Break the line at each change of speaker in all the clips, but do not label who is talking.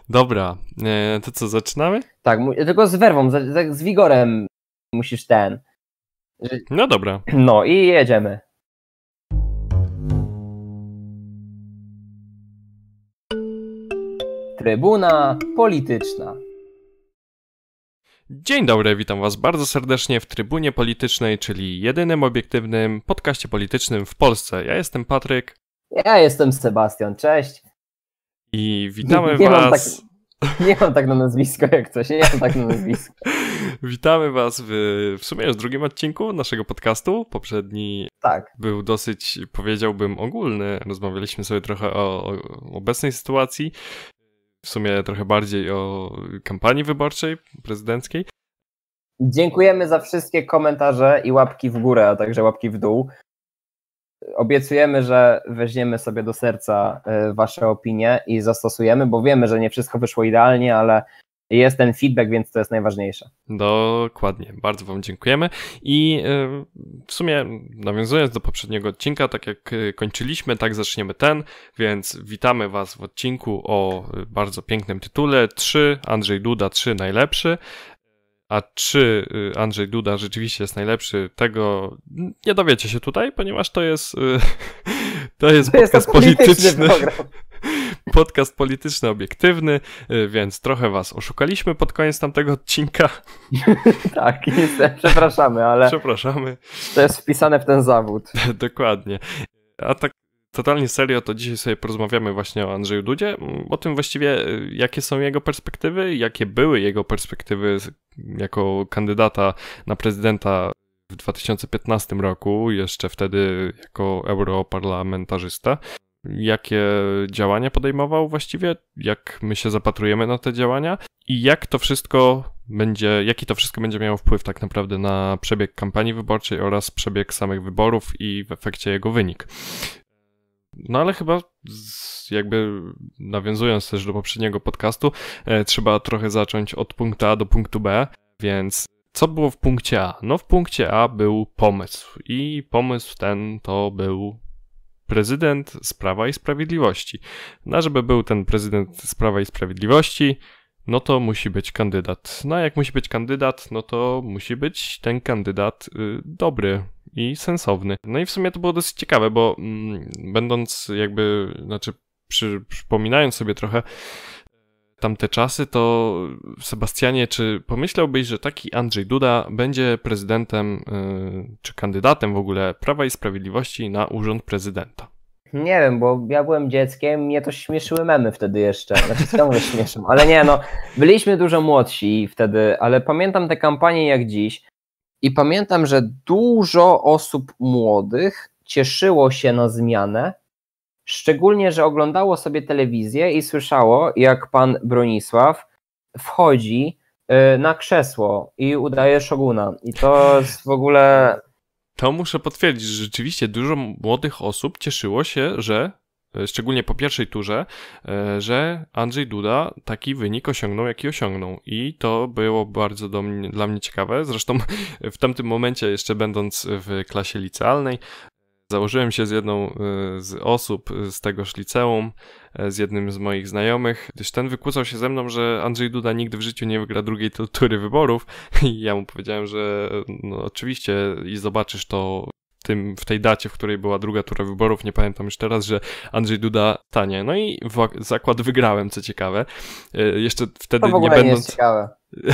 Dobra, to co, zaczynamy?
Tak, tylko z werwą, z wigorem musisz
No dobra.
No i jedziemy. Trybuna polityczna.
Dzień dobry, witam was bardzo serdecznie w Trybunie Politycznej, czyli jedynym obiektywnym podcaście politycznym w Polsce. Ja jestem Patryk.
Ja jestem Sebastian, cześć.
I witamy was...
Nie mam tak na nazwisko jak coś, nie mam tak na nazwisko.
Witamy was w sumie już drugim odcinku naszego podcastu. Poprzedni był dosyć, powiedziałbym, ogólny. Rozmawialiśmy sobie trochę o obecnej sytuacji. W sumie trochę bardziej o kampanii wyborczej, prezydenckiej.
Dziękujemy za wszystkie komentarze i łapki w górę, a także łapki w dół. Obiecujemy, że weźmiemy sobie do serca wasze opinie i zastosujemy, bo wiemy, że nie wszystko wyszło idealnie, ale jest ten feedback, więc to jest najważniejsze.
Dokładnie, bardzo wam dziękujemy i w sumie nawiązując do poprzedniego odcinka, tak jak kończyliśmy, tak zaczniemy ten, więc witamy was w odcinku o bardzo pięknym tytule 3 Andrzej Duda 3 najlepszy. A czy Andrzej Duda rzeczywiście jest najlepszy, tego nie dowiecie się tutaj, ponieważ to jest podcast polityczny. Podcast polityczny, obiektywny, więc trochę was oszukaliśmy pod koniec tamtego odcinka.
Tak, przepraszamy, ale
przepraszamy.
To jest wpisane w ten zawód.
Dokładnie. A tak totalnie serio, to dzisiaj sobie porozmawiamy właśnie o Andrzeju Dudzie, o tym właściwie jakie są jego perspektywy, jakie były jego perspektywy jako kandydata na prezydenta w 2015 roku, jeszcze wtedy jako europarlamentarzysta. Jakie działania podejmował właściwie, jak my się zapatrujemy na te działania i jaki to wszystko będzie miało wpływ tak naprawdę na przebieg kampanii wyborczej oraz przebieg samych wyborów i w efekcie jego wynik. No ale chyba jakby nawiązując też do poprzedniego podcastu, trzeba trochę zacząć od punktu A do punktu B, więc co było w punkcie A? No w punkcie A był pomysł i pomysł ten to był prezydent z Prawa i Sprawiedliwości. No żeby był ten prezydent z Prawa i Sprawiedliwości, no to musi być kandydat. No a jak musi być kandydat, no to musi być ten kandydat dobry i sensowny. No i w sumie to było dosyć ciekawe, bo przypominając sobie trochę tamte czasy, to Sebastianie, czy pomyślałbyś, że taki Andrzej Duda będzie prezydentem, czy kandydatem w ogóle Prawa i Sprawiedliwości na urząd prezydenta?
Nie wiem, bo ja byłem dzieckiem, mnie to śmieszyły memy wtedy jeszcze, ciągle śmieszą, ale nie no, byliśmy dużo młodsi wtedy, ale pamiętam te kampanie jak dziś i pamiętam, że dużo osób młodych cieszyło się na zmianę, szczególnie, że oglądało sobie telewizję i słyszało, jak pan Bronisław wchodzi na krzesło i udaje szoguna. I to jest w ogóle...
To muszę potwierdzić, że rzeczywiście dużo młodych osób cieszyło się, że, szczególnie po pierwszej turze, że Andrzej Duda taki wynik osiągnął, jaki osiągnął. I to było bardzo dla mnie ciekawe. Zresztą w tamtym momencie, jeszcze będąc w klasie licealnej, założyłem się z jedną z osób z tegoż liceum, z jednym z moich znajomych, gdyż ten wykłócał się ze mną, że Andrzej Duda nigdy w życiu nie wygra drugiej tury wyborów i ja mu powiedziałem, że no oczywiście i zobaczysz to w tej dacie, w której była druga tura wyborów, nie pamiętam już teraz, że Andrzej Duda stanie. No i zakład wygrałem, co ciekawe. Jeszcze wtedy
to w ogóle nie jest ciekawe.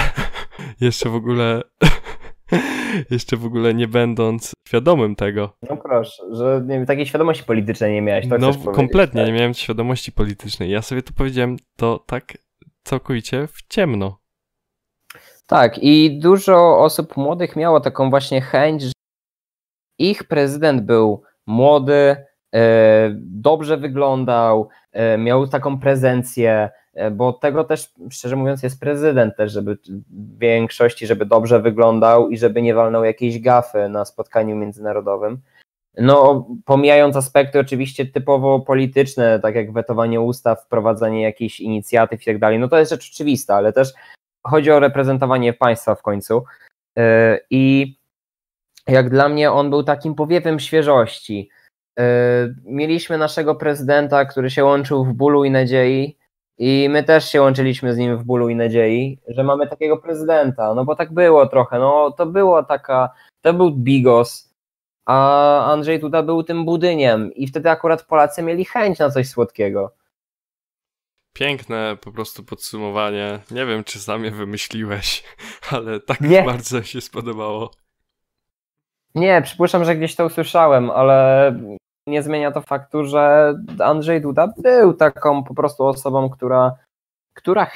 Jeszcze w ogóle nie będąc świadomym tego.
No proszę, że takiej świadomości politycznej nie miałeś. To
no kompletnie tak? Nie miałem świadomości politycznej. Ja sobie to powiedziałem to tak całkowicie w ciemno. Tak,
i dużo osób młodych miało taką właśnie chęć, że ich prezydent był młody, dobrze wyglądał, miał taką prezencję, bo tego też, szczerze mówiąc, jest prezydent też, żeby w większości, żeby dobrze wyglądał i żeby nie walnął jakiejś gafy na spotkaniu międzynarodowym. No, pomijając aspekty oczywiście typowo polityczne, tak jak wetowanie ustaw, wprowadzanie jakichś inicjatyw i tak dalej, no to jest rzecz oczywista, ale też chodzi o reprezentowanie państwa w końcu i jak dla mnie on był takim powiewem świeżości. Mieliśmy naszego prezydenta, który się łączył w bólu i nadziei, I my też się łączyliśmy z nim w bólu i nadziei, że mamy takiego prezydenta, no bo tak było trochę, no to był bigos, a Andrzej Duda był tym budyniem i wtedy akurat Polacy mieli chęć na coś słodkiego.
Piękne po prostu podsumowanie. Nie wiem, czy sam je wymyśliłeś, ale tak bardzo się spodobało.
Nie, przypuszczam, że gdzieś to usłyszałem, ale nie zmienia to faktu, że Andrzej Duda był taką po prostu osobą, która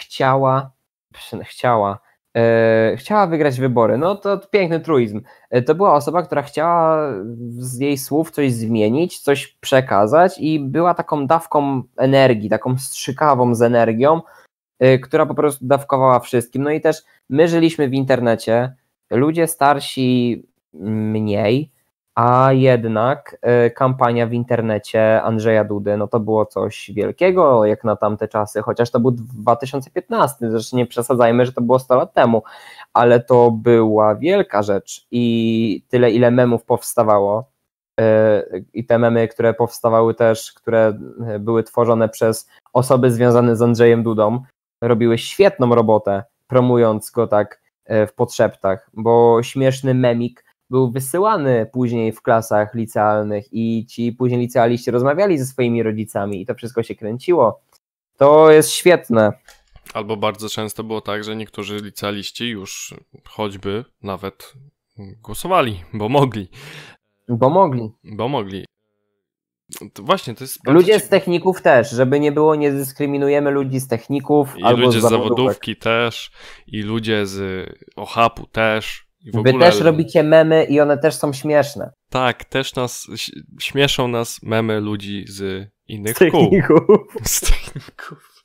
chciała wygrać wybory. No to piękny truizm. To była osoba, która chciała z jej słów coś zmienić, coś przekazać i była taką dawką energii, taką strzykawą z energią, która po prostu dawkowała wszystkim. No i też my żyliśmy w internecie, ludzie starsi mniej, a jednak kampania w internecie Andrzeja Dudy, no to było coś wielkiego jak na tamte czasy, chociaż to był 2015, zresztą nie przesadzajmy, że to było 100 lat temu, ale to była wielka rzecz i tyle ile memów powstawało i te memy, które powstawały też, które były tworzone przez osoby związane z Andrzejem Dudą, robiły świetną robotę, promując go tak w podszeptach, bo śmieszny memik był wysyłany później w klasach licealnych i ci później licealiści rozmawiali ze swoimi rodzicami i to wszystko się kręciło. To jest świetne.
Albo bardzo często było tak, że niektórzy licealiści już choćby nawet głosowali, bo mogli. Bo mogli. To właśnie, to jest
ludzie z techników też, żeby nie było, nie dyskryminujemy ludzi z techników.
I albo ludzie z zawodówki też, i ludzie z OHAP-u też.
Wy też robicie memy i one też są śmieszne.
Tak, też śmieszą nas memy ludzi z innych Z techników.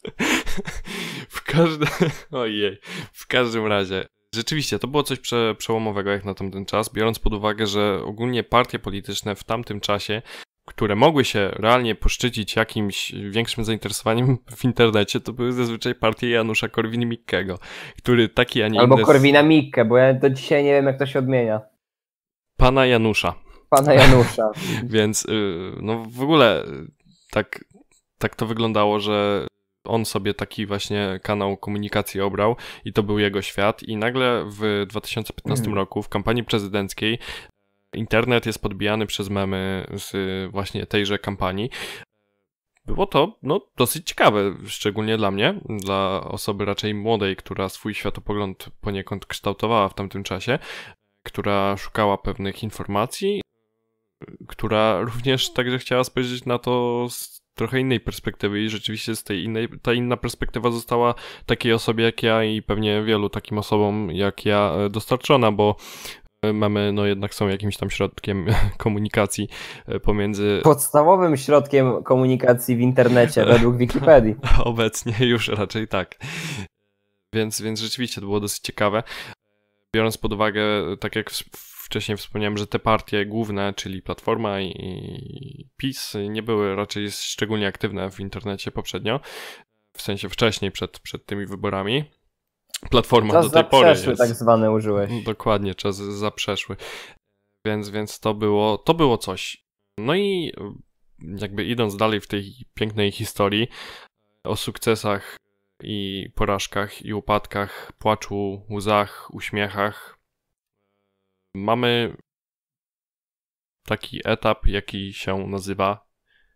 W każdym razie. Rzeczywiście, to było coś przełomowego jak na tamten czas, biorąc pod uwagę, że ogólnie partie polityczne w tamtym czasie, które mogły się realnie poszczycić jakimś większym zainteresowaniem w internecie, to były zazwyczaj partie Janusza Korwin-Mikkego, który taki, a nie
albo Korwina-Mikke, bo ja do dzisiaj nie wiem, jak to się odmienia.
Pana Janusza. Więc no w ogóle tak to wyglądało, że on sobie taki właśnie kanał komunikacji obrał i to był jego świat i nagle w 2015 roku w kampanii prezydenckiej internet jest podbijany przez memy z właśnie tejże kampanii. Było to dosyć ciekawe, szczególnie dla mnie, dla osoby raczej młodej, która swój światopogląd poniekąd kształtowała w tamtym czasie, która szukała pewnych informacji, która również także chciała spojrzeć na to z trochę innej perspektywy i rzeczywiście ta inna perspektywa została takiej osobie jak ja i pewnie wielu takim osobom jak ja dostarczona, bo memy jednak są jakimś tam środkiem komunikacji pomiędzy...
Podstawowym środkiem komunikacji w internecie według Wikipedii.
Obecnie już raczej tak. Więc rzeczywiście to było dosyć ciekawe. Biorąc pod uwagę, tak jak wcześniej wspomniałem, że te partie główne, czyli Platforma i PiS, nie były raczej szczególnie aktywne w internecie poprzednio, w sensie wcześniej, przed tymi wyborami. Platforma
czas
do tej pory jest.
tak zwany użyłeś.
Dokładnie, czas zaprzeszły. Więc to było coś. No i jakby idąc dalej w tej pięknej historii o sukcesach i porażkach i upadkach, płaczu, łzach, uśmiechach, mamy taki etap, jaki się nazywa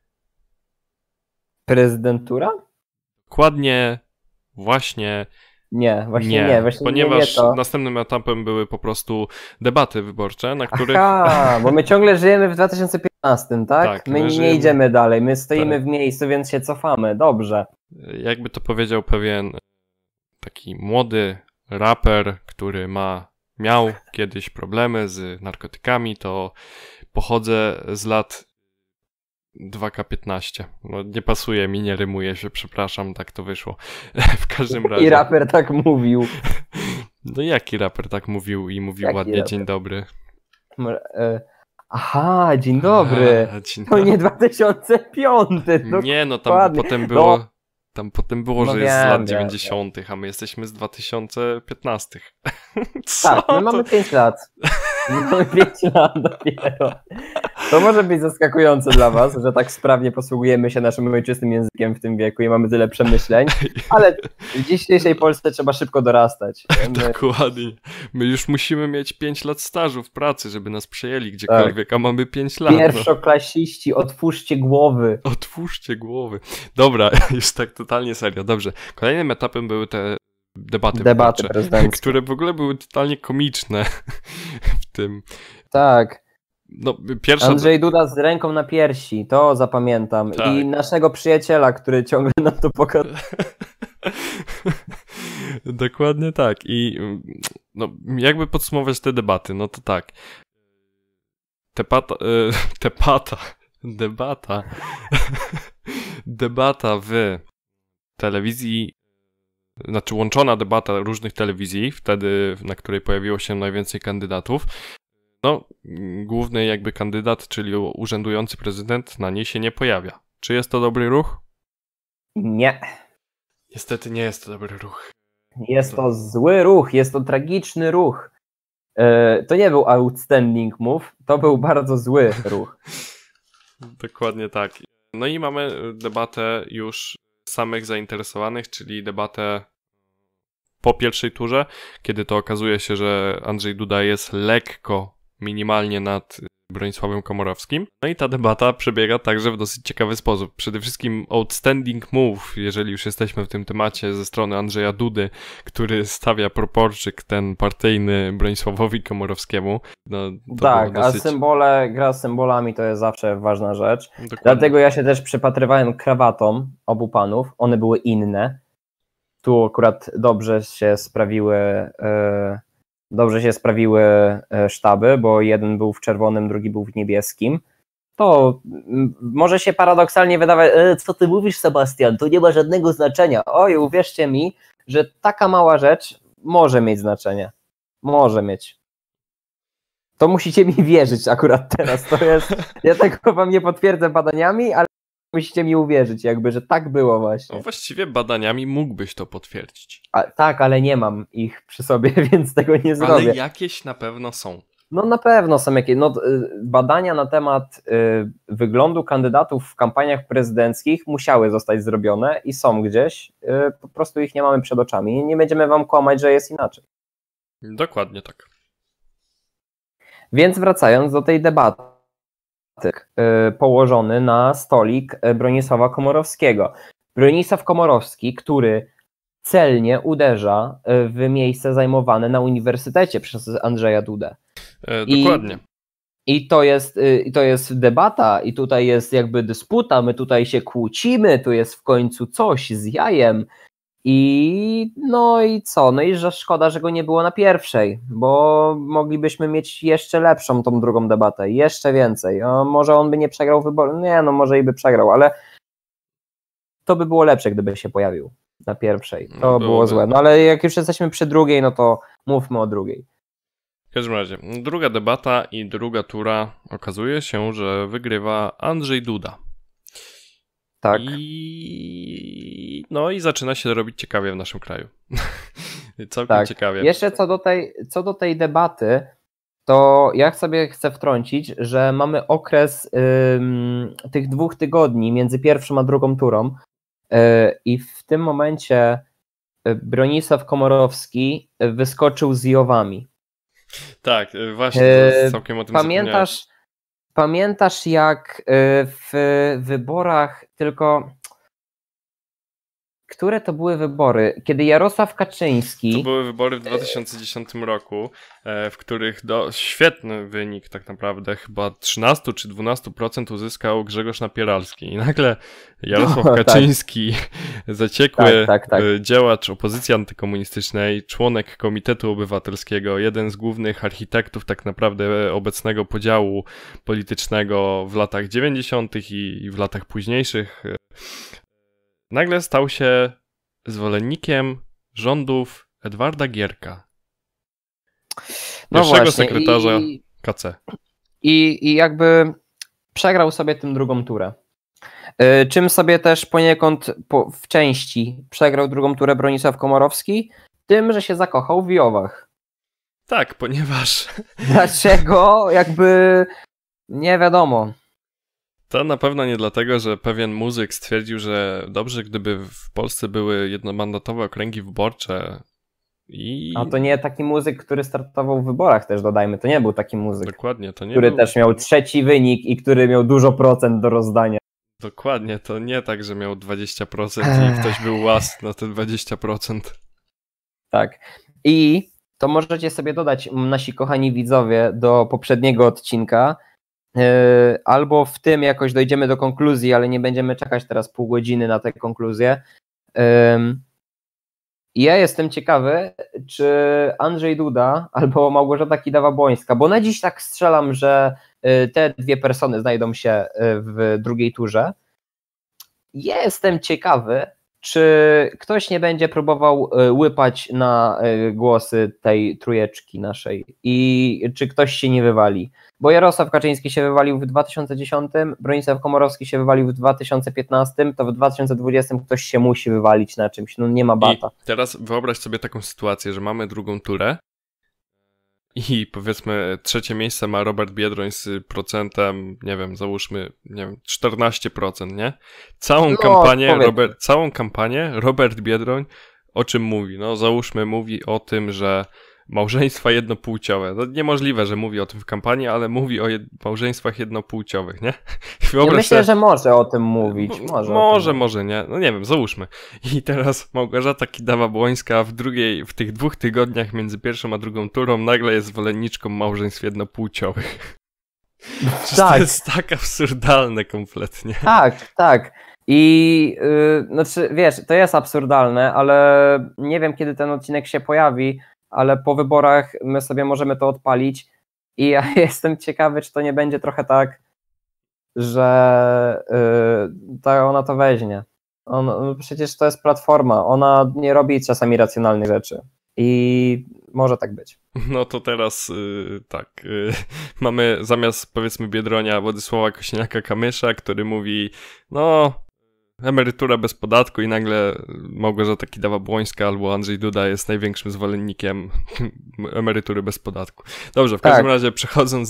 prezydentura?
Dokładnie, właśnie
nie.
Ponieważ następnym etapem były po prostu debaty wyborcze, na których...
bo my ciągle żyjemy w 2015, tak?
Tak,
my nie idziemy dalej, my stoimy w miejscu, więc się cofamy, dobrze.
Jakby to powiedział pewien taki młody raper, który miał kiedyś problemy z narkotykami, to pochodzę z lat 2K15. Nie pasuje mi, nie rymuje się, przepraszam, tak to wyszło. W każdym razie.
I raper tak mówił.
No jaki raper tak mówił i mówił ładnie raper? Dzień dobry.
Aha, dzień dobry. To nie 2005.
Nie, tam potem było. Tam potem było, że jest z lat 90., a my jesteśmy z 2015.
Co? Tak, my mamy 5 lat. Mamy 5 lat dopiero. To może być zaskakujące dla was, że tak sprawnie posługujemy się naszym ojczystym językiem w tym wieku i mamy tyle przemyśleń, ale w dzisiejszej Polsce trzeba szybko dorastać.
Dokładnie. My już musimy mieć 5 lat stażu w pracy, żeby nas przyjęli gdziekolwiek, a mamy 5 lat.
Pierwszoklasiści, otwórzcie głowy.
Otwórzcie głowy. Dobra, już tak totalnie serio. Dobrze. Kolejnym etapem były te debaty
prezydenckie,
które w ogóle były totalnie komiczne w tym.
Tak.
No,
Andrzej Duda z ręką na piersi, to zapamiętam.
Tak.
I naszego przyjaciela, który ciągle nam to pokazał.
Dokładnie tak. I no, jakby podsumować te debaty, no to tak. Debata w telewizji, znaczy łączona debata różnych telewizji, wtedy, na której pojawiło się najwięcej kandydatów. No, główny jakby kandydat, czyli urzędujący prezydent, na niej się nie pojawia. Czy jest to dobry ruch?
Nie.
Niestety nie jest to dobry ruch.
Jest to zły ruch, jest to tragiczny ruch. To nie był outstanding move, to był bardzo zły ruch.
Dokładnie tak. No i mamy debatę już samych zainteresowanych, czyli debatę po pierwszej turze, kiedy to okazuje się, że Andrzej Duda jest lekko, minimalnie nad Bronisławem Komorowskim. No i ta debata przebiega także w dosyć ciekawy sposób. Przede wszystkim outstanding move, jeżeli już jesteśmy w tym temacie, ze strony Andrzeja Dudy, który stawia proporczyk ten partyjny Bronisławowi Komorowskiemu. No,
tak,
dosyć...
a gra z symbolami to jest zawsze ważna rzecz.
Dokładnie.
Dlatego ja się też przypatrywałem krawatom obu panów. One były inne. Tu akurat dobrze się sprawiły sztaby, bo jeden był w czerwonym, drugi był w niebieskim. To może się paradoksalnie wydawać, co ty mówisz, Sebastian, to nie ma żadnego znaczenia. Oj, uwierzcie mi, że taka mała rzecz może mieć znaczenie. Może mieć. To musicie mi wierzyć akurat teraz. To jest, ja tego wam nie potwierdzę badaniami, ale musicie mi uwierzyć, jakby, że tak było właśnie.
No właściwie badaniami mógłbyś to potwierdzić.
Tak, ale nie mam ich przy sobie, więc tego nie zrobię.
Ale jakieś na pewno są.
No na pewno są jakieś. Badania na temat wyglądu kandydatów w kampaniach prezydenckich musiały zostać zrobione i są gdzieś. Po prostu ich nie mamy przed oczami. Nie będziemy wam kłamać, że jest inaczej.
Dokładnie tak.
Więc wracając do tej debaty, położony na stolik Bronisława Komorowskiego. Bronisław Komorowski, który celnie uderza w miejsce zajmowane na uniwersytecie przez Andrzeja Dudę.
Dokładnie.
I to jest debata, i tutaj jest jakby dysputa, my tutaj się kłócimy, tu jest w końcu coś z jajem. No i co? No i że szkoda, że go nie było na pierwszej, bo moglibyśmy mieć jeszcze lepszą tą drugą debatę, jeszcze więcej. Może on by nie przegrał wyboru, nie, no może i by przegrał, ale to by było lepsze, gdyby się pojawił na pierwszej. To było złe. No ale jak już jesteśmy przy drugiej, no to mówmy o drugiej.
W każdym razie, druga debata i druga tura okazuje się, że wygrywa Andrzej Duda.
Tak.
No i zaczyna się robić ciekawie w naszym kraju. Całkiem ciekawie.
Jeszcze co do tej debaty, to ja sobie chcę wtrącić, że mamy okres tych 2 tygodni między pierwszą a drugą turą i w tym momencie Bronisław Komorowski wyskoczył z Jowami.
Tak, właśnie, całkiem o tym
Pamiętasz jak w wyborach, tylko które to były wybory? Kiedy Jarosław Kaczyński...
To były wybory w 2010 roku, w których świetny wynik tak naprawdę, chyba 13 czy 12% uzyskał Grzegorz Napieralski. I nagle Jarosław Kaczyński, zaciekły działacz opozycji antykomunistycznej, członek Komitetu Obywatelskiego, jeden z głównych architektów tak naprawdę obecnego podziału politycznego w latach 90. i w latach późniejszych, nagle stał się zwolennikiem rządów Edwarda Gierka, pierwszego sekretarza KC.
I jakby przegrał sobie tym drugą turę. Czym sobie też poniekąd w części przegrał drugą turę Bronisław Komorowski? Tym, że się zakochał w Jowach.
Tak, ponieważ...
Dlaczego? Jakby... Nie wiadomo.
To na pewno nie dlatego, że pewien muzyk stwierdził, że dobrze, gdyby w Polsce były jednomandatowe okręgi wyborcze i...
A to nie taki muzyk, który startował w wyborach też, dodajmy. To nie był taki muzyk,
Dokładnie, to nie
który
był...
też miał 3. wynik i który miał dużo procent do rozdania.
Dokładnie, to nie tak, że miał 20% i ktoś był łask na te 20%.
Tak. I to możecie sobie dodać, nasi kochani widzowie, do poprzedniego odcinka, albo w tym jakoś dojdziemy do konkluzji, ale nie będziemy czekać teraz pół godziny na tę konkluzję. Ja jestem ciekawy, czy Andrzej Duda albo Małgorzata Kidawa-Błońska, bo na dziś tak strzelam, że te dwie persony znajdą się w drugiej turze. Jestem ciekawy, czy ktoś nie będzie próbował łypać na głosy tej trójeczki naszej i czy ktoś się nie wywali. Bo Jarosław Kaczyński się wywalił w 2010, Bronisław Komorowski się wywalił w 2015, to w 2020 ktoś się musi wywalić na czymś, no nie ma bata.
I teraz wyobraź sobie taką sytuację, że mamy drugą turę i powiedzmy trzecie miejsce ma Robert Biedroń z procentem, nie wiem, załóżmy, nie wiem, 14%, nie? Całą kampanię Robert Biedroń o czym mówi? No załóżmy mówi o tym, że małżeństwa jednopłciowe. No niemożliwe, że mówi o tym w kampanii, ale mówi o małżeństwach jednopłciowych, nie?
Ja myślę, że może o tym mówić.
Może nie. No nie wiem, załóżmy. I teraz Małgorzata Kidawa-Błońska w tych 2 tygodniach między pierwszą a drugą turą nagle jest zwolenniczką małżeństw jednopłciowych.
Tak.
To jest tak absurdalne kompletnie.
Tak. I znaczy, wiesz, to jest absurdalne, ale nie wiem, kiedy ten odcinek się pojawi, ale po wyborach my sobie możemy to odpalić i ja jestem ciekawy, czy to nie będzie trochę tak, że ona to weźmie. Przecież to jest Platforma, ona nie robi czasami racjonalnych rzeczy i może tak być.
No to teraz mamy zamiast powiedzmy Biedronia Władysława Kosiniaka-Kamysza, który mówi no emerytura bez podatku i nagle Małgorzata Kidawa-Błońska albo Andrzej Duda jest największym zwolennikiem emerytury bez podatku. Dobrze, w każdym razie przechodząc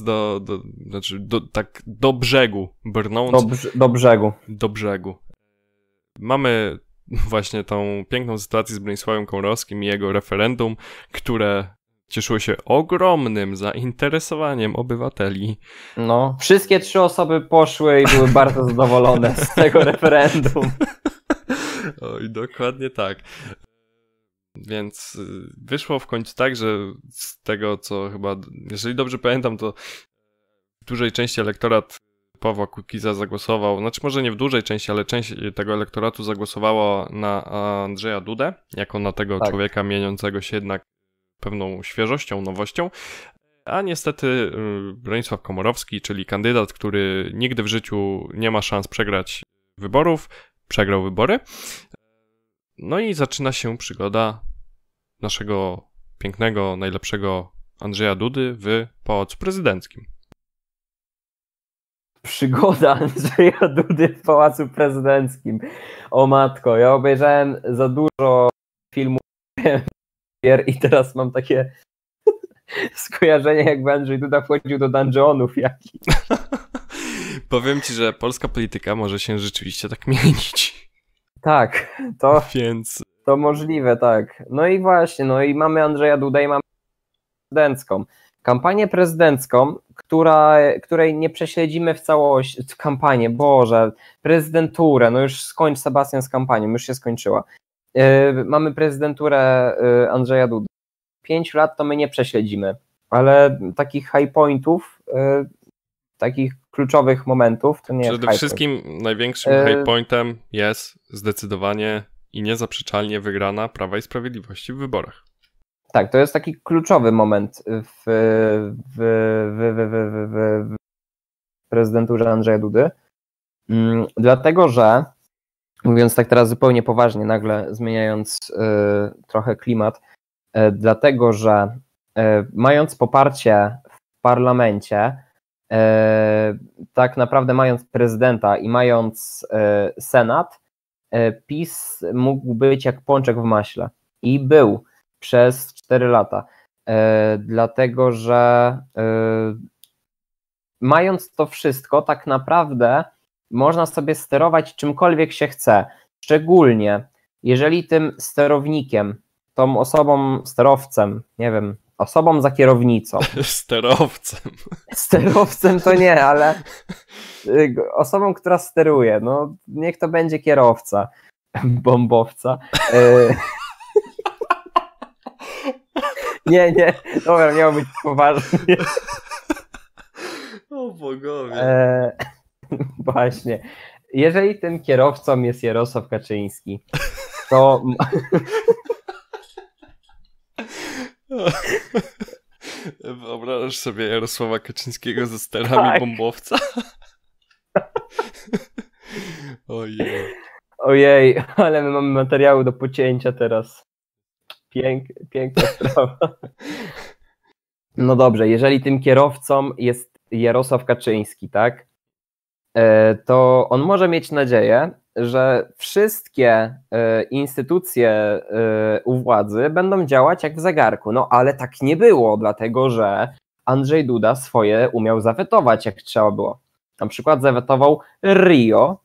do brzegu, brnąc... Do brzegu. Mamy właśnie tą piękną sytuację z Bronisławem Komorowskim i jego referendum, które cieszyło się ogromnym zainteresowaniem obywateli.
No, wszystkie 3 osoby poszły i były bardzo zadowolone z tego referendum.
Oj, dokładnie tak. Więc wyszło w końcu tak, że z tego, co chyba, jeżeli dobrze pamiętam, to w dużej części elektorat Pawła Kukiza zagłosował, znaczy może nie w dużej części, ale część tego elektoratu zagłosowała na Andrzeja Dudę, jako na tego człowieka mieniącego się jednak pewną świeżością, nowością, a niestety Bronisław Komorowski, czyli kandydat, który nigdy w życiu nie ma szans przegrać wyborów, przegrał wybory. No i zaczyna się przygoda naszego pięknego, najlepszego Andrzeja Dudy w Pałacu Prezydenckim.
Przygoda Andrzeja Dudy w Pałacu Prezydenckim. O matko, ja obejrzałem za dużo filmów i teraz mam takie skojarzenie, jakby Andrzej Duda wchodził do dungeonów jakichś.
Powiem ci, że polska polityka może się rzeczywiście tak mienić.
Tak, to możliwe, tak. No i właśnie, no i mamy Andrzeja Dudę i mamy prezydencką. Kampanię prezydencką, której nie prześledzimy w całości, kampanię, Boże, prezydenturę, no już skończ Sebastian z kampanią, już się skończyła. Mamy prezydenturę Andrzeja Dudy. 5 lat to my nie prześledzimy, ale takich high pointów, takich kluczowych momentów to nie jest.
Przede wszystkim największym high pointem jest zdecydowanie i niezaprzeczalnie wygrana Prawa i Sprawiedliwości w wyborach.
Tak, to jest taki kluczowy moment w prezydenturze Andrzeja Dudy, dlatego że, mówiąc tak teraz zupełnie poważnie, nagle zmieniając trochę klimat, dlatego że mając poparcie w parlamencie, tak naprawdę mając prezydenta i mając Senat, PiS mógł być jak pączek w maśle i był przez 4 lata, dlatego że mając to wszystko, tak naprawdę można sobie sterować czymkolwiek się chce. Szczególnie jeżeli tym sterownikiem, tą osobą, sterowcem, nie wiem, osobą za kierownicą. Sterowcem to nie, ale osobą, która steruje. No, niech to będzie kierowca, bombowca. Nie, dobra, miało być poważnie.
O bogowie.
Właśnie. Jeżeli tym kierowcą jest Jarosław Kaczyński, to...
Wyobrażasz sobie Jarosława Kaczyńskiego ze sterami bombowca?
Ojej, ale my mamy materiały do pocięcia teraz. Piękna sprawa. No dobrze, jeżeli tym kierowcą jest Jarosław Kaczyński, tak? To on może mieć nadzieję, że wszystkie instytucje u władzy będą działać jak w zegarku. No ale tak nie było, dlatego że Andrzej Duda swoje umiał zawetować jak trzeba było. Na przykład zawetował Rio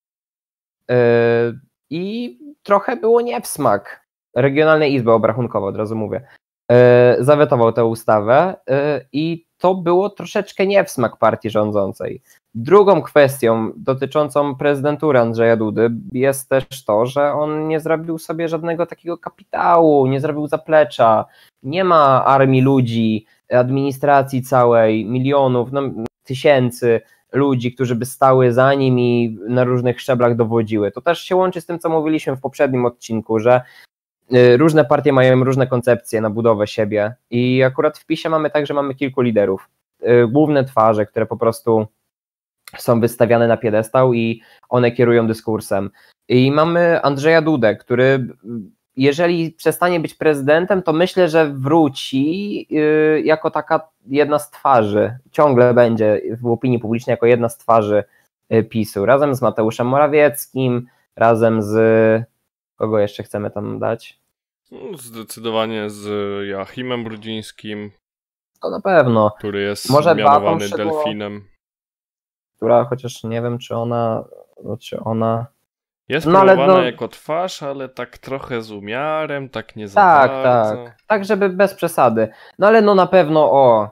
i trochę było nie w smak. Regionalne Izby Obrachunkowe, od razu mówię. Zawetował tę ustawę i to było troszeczkę nie w smak partii rządzącej. Drugą kwestią dotyczącą prezydentury Andrzeja Dudy jest też to, że on nie zrobił sobie żadnego takiego kapitału, nie zrobił zaplecza, nie ma armii ludzi, administracji całej, milionów, no, tysięcy ludzi, którzy by stały za nim i na różnych szczeblach dowodziły. To też się łączy z tym, co mówiliśmy w poprzednim odcinku, że różne partie mają różne koncepcje na budowę siebie i akurat w PiS-ie mamy tak, że mamy kilku liderów, główne twarze, które po prostu są wystawiane na piedestał i one kierują dyskursem. I mamy Andrzeja Dudę, który jeżeli przestanie być prezydentem, to myślę, że wróci jako taka jedna z twarzy, ciągle będzie w opinii publicznej jako jedna z twarzy PiS-u, razem z Mateuszem Morawieckim, razem z... Kogo jeszcze chcemy tam dać?
Zdecydowanie z Joachimem Brudzińskim.
To na pewno.
Który jest
może
mianowany delfinem.
Która chociaż nie wiem, czy ona...
Jest promowana jako twarz, ale tak trochę z umiarem, tak nie za bardzo.
Tak, żeby bez przesady. No ale no na pewno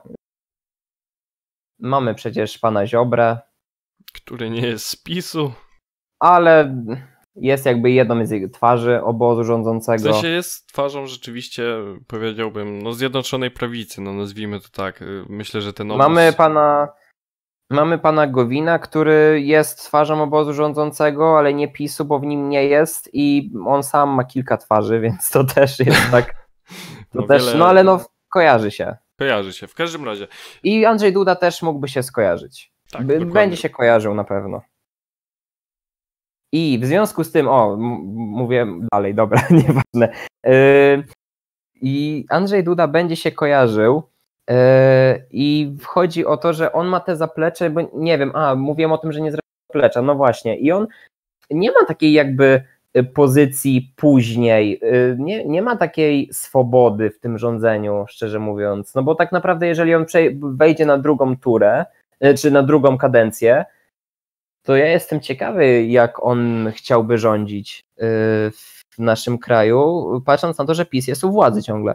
mamy przecież pana Ziobrę.
Który nie jest z PiS-u.
Ale jest jakby jedną z twarzy obozu rządzącego.
W sensie jest twarzą rzeczywiście, powiedziałbym, no Zjednoczonej Prawicy, no nazwijmy to tak. Myślę, że ten obóz...
Mamy pana Gowina, który jest twarzą obozu rządzącego, ale nie PiS-u, bo w nim nie jest i on sam ma kilka twarzy, więc to też jest tak. Ale kojarzy się.
Kojarzy się, w każdym razie.
I Andrzej Duda też mógłby się skojarzyć.
Tak,
będzie się kojarzył na pewno. I w związku z tym, mówię dalej, dobra, nieważne. I Andrzej Duda będzie się kojarzył i chodzi o to, że on ma te zaplecze, bo nie wiem, mówiłem o tym, że nie zrobił zaplecza, no właśnie. I on nie ma takiej jakby pozycji później, nie ma takiej swobody w tym rządzeniu, szczerze mówiąc. No bo tak naprawdę, jeżeli on wejdzie na drugą turę, czy na drugą kadencję, to ja jestem ciekawy, jak on chciałby rządzić w naszym kraju, patrząc na to, że PiS jest u władzy ciągle.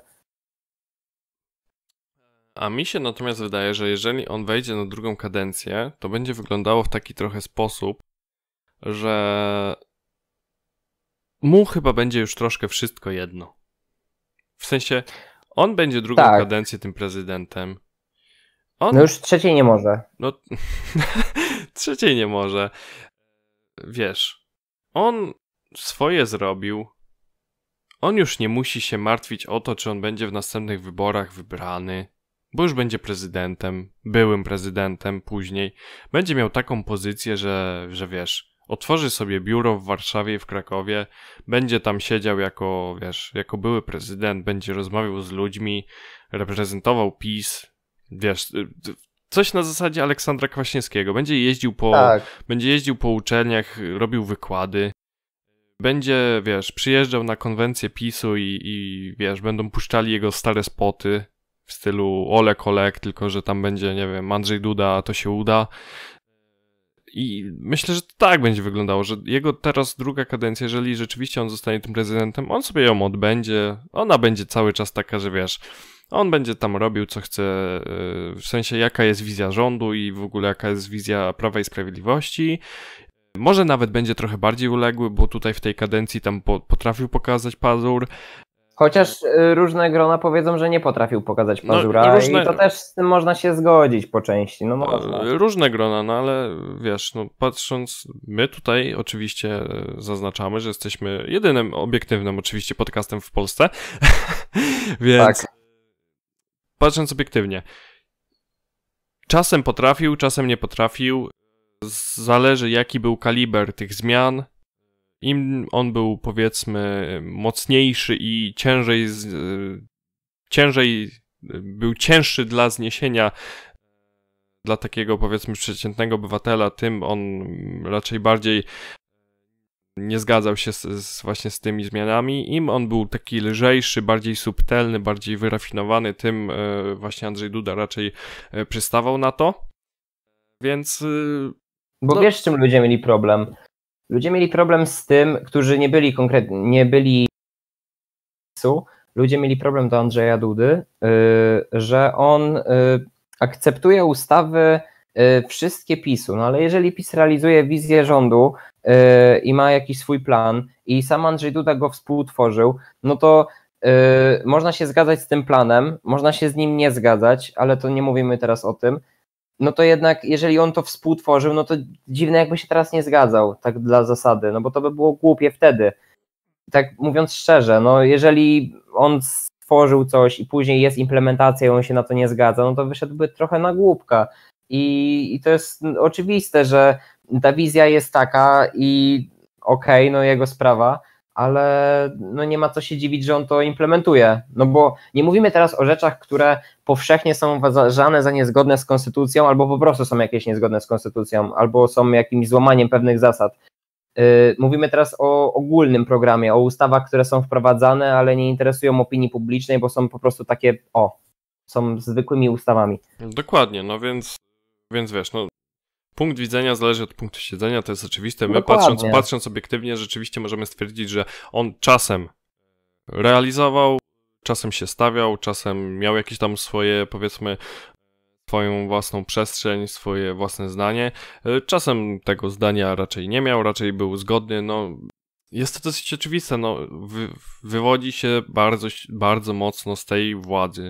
A mi się natomiast wydaje, że jeżeli on wejdzie na drugą kadencję, to będzie wyglądało w taki trochę sposób, że mu chyba będzie już troszkę wszystko jedno. W sensie, on będzie drugą kadencję tym prezydentem.
No już trzeciej nie może.
No, trzeciej nie może. Wiesz, on swoje zrobił. On już nie musi się martwić o to, czy on będzie w następnych wyborach wybrany, bo już będzie prezydentem, byłym prezydentem później. Będzie miał taką pozycję, że wiesz, otworzy sobie biuro w Warszawie i w Krakowie, będzie tam siedział jako były prezydent, będzie rozmawiał z ludźmi, reprezentował PiS, wiesz, coś na zasadzie Aleksandra Kwaśniewskiego. Będzie jeździł po uczelniach, robił wykłady. Będzie, wiesz, przyjeżdżał na konwencję PiS-u i wiesz, będą puszczali jego stare spoty w stylu Olek Olek, tylko że tam będzie, nie wiem, Andrzej Duda, to się uda. I myślę, że to tak będzie wyglądało, że jego teraz druga kadencja, jeżeli rzeczywiście on zostanie tym prezydentem, on sobie ją odbędzie, ona będzie cały czas taka, że wiesz, on będzie tam robił co chce, w sensie jaka jest wizja rządu i w ogóle jaka jest wizja Prawa i Sprawiedliwości. Może nawet będzie trochę bardziej uległy, bo tutaj w tej kadencji tam potrafił pokazać pazur.
Chociaż różne grona powiedzą, że nie potrafił pokazać pazura i to też z tym można się zgodzić po części. No można.
Różne grona, no ale wiesz, no patrząc, my tutaj oczywiście zaznaczamy, że jesteśmy jedynym obiektywnym oczywiście podcastem w Polsce, więc tak. Patrząc obiektywnie, czasem potrafił, czasem nie potrafił, zależy jaki był kaliber tych zmian. Im on był, powiedzmy, mocniejszy i był cięższy dla zniesienia dla takiego, powiedzmy, przeciętnego obywatela, tym on raczej bardziej nie zgadzał się właśnie z tymi zmianami. Im on był taki lżejszy, bardziej subtelny, bardziej wyrafinowany, tym właśnie Andrzej Duda raczej przystawał na to. Więc...
Bo wiesz, z czym ludzie mieli problem? Ludzie mieli problem z tym, którzy nie byli ludzie mieli problem do Andrzeja Dudy, że on akceptuje ustawy wszystkie PiS-u, no ale jeżeli PiS realizuje wizję rządu i ma jakiś swój plan i sam Andrzej Duda go współtworzył, no to można się zgadzać z tym planem, można się z nim nie zgadzać, ale to nie mówimy teraz o tym. No to jednak, jeżeli on to współtworzył, no to dziwne jakby się teraz nie zgadzał, tak dla zasady, no bo to by było głupie wtedy. Tak mówiąc szczerze, no jeżeli on stworzył coś i później jest implementacja i on się na to nie zgadza, no to wyszedłby trochę na głupka. I to jest oczywiste, że ta wizja jest taka i okej, no jego sprawa, ale no nie ma co się dziwić, że on to implementuje. No bo nie mówimy teraz o rzeczach, które powszechnie są uważane za niezgodne z konstytucją, albo po prostu są jakieś niezgodne z konstytucją, albo są jakimś złamaniem pewnych zasad. Mówimy teraz o ogólnym programie, o ustawach, które są wprowadzane, ale nie interesują opinii publicznej, bo są po prostu takie, są zwykłymi ustawami.
Dokładnie, no więc wiesz, no punkt widzenia zależy od punktu siedzenia, to jest oczywiste. My patrząc obiektywnie rzeczywiście możemy stwierdzić, że on czasem realizował, czasem się stawiał, czasem miał jakieś tam swoje, powiedzmy, swoją własną przestrzeń, swoje własne zdanie. Czasem tego zdania raczej nie miał, raczej był zgodny, no jest to dosyć oczywiste, no wywodzi się bardzo, bardzo mocno z tej władzy.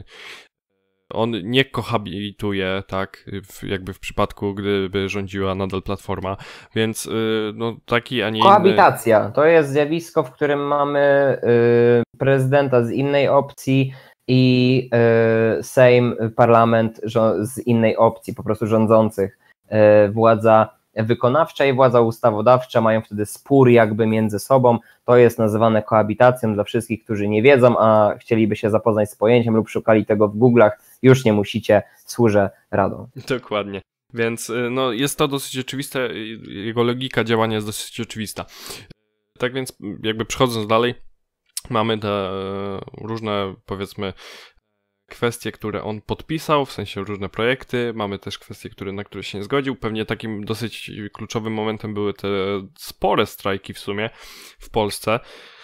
On nie kohabituje, tak, jakby w przypadku, gdyby rządziła nadal Platforma, więc no taki, a nie inny...
Kohabitacja, to jest zjawisko, w którym mamy prezydenta z innej opcji i Sejm, parlament z innej opcji, po prostu rządzących. Władza wykonawcza i władza ustawodawcza mają wtedy spór jakby między sobą. To jest nazywane kohabitacją dla wszystkich, którzy nie wiedzą, a chcieliby się zapoznać z pojęciem lub szukali tego w Google'ach. Już nie musicie, służę radą.
Dokładnie. Więc no, jest to dosyć oczywiste, jego logika działania jest dosyć oczywista. Tak więc jakby przechodząc dalej, mamy te różne, powiedzmy, kwestie, które on podpisał, w sensie różne projekty, mamy też kwestie, na które się nie zgodził. Pewnie takim dosyć kluczowym momentem były te spore strajki w sumie w Polsce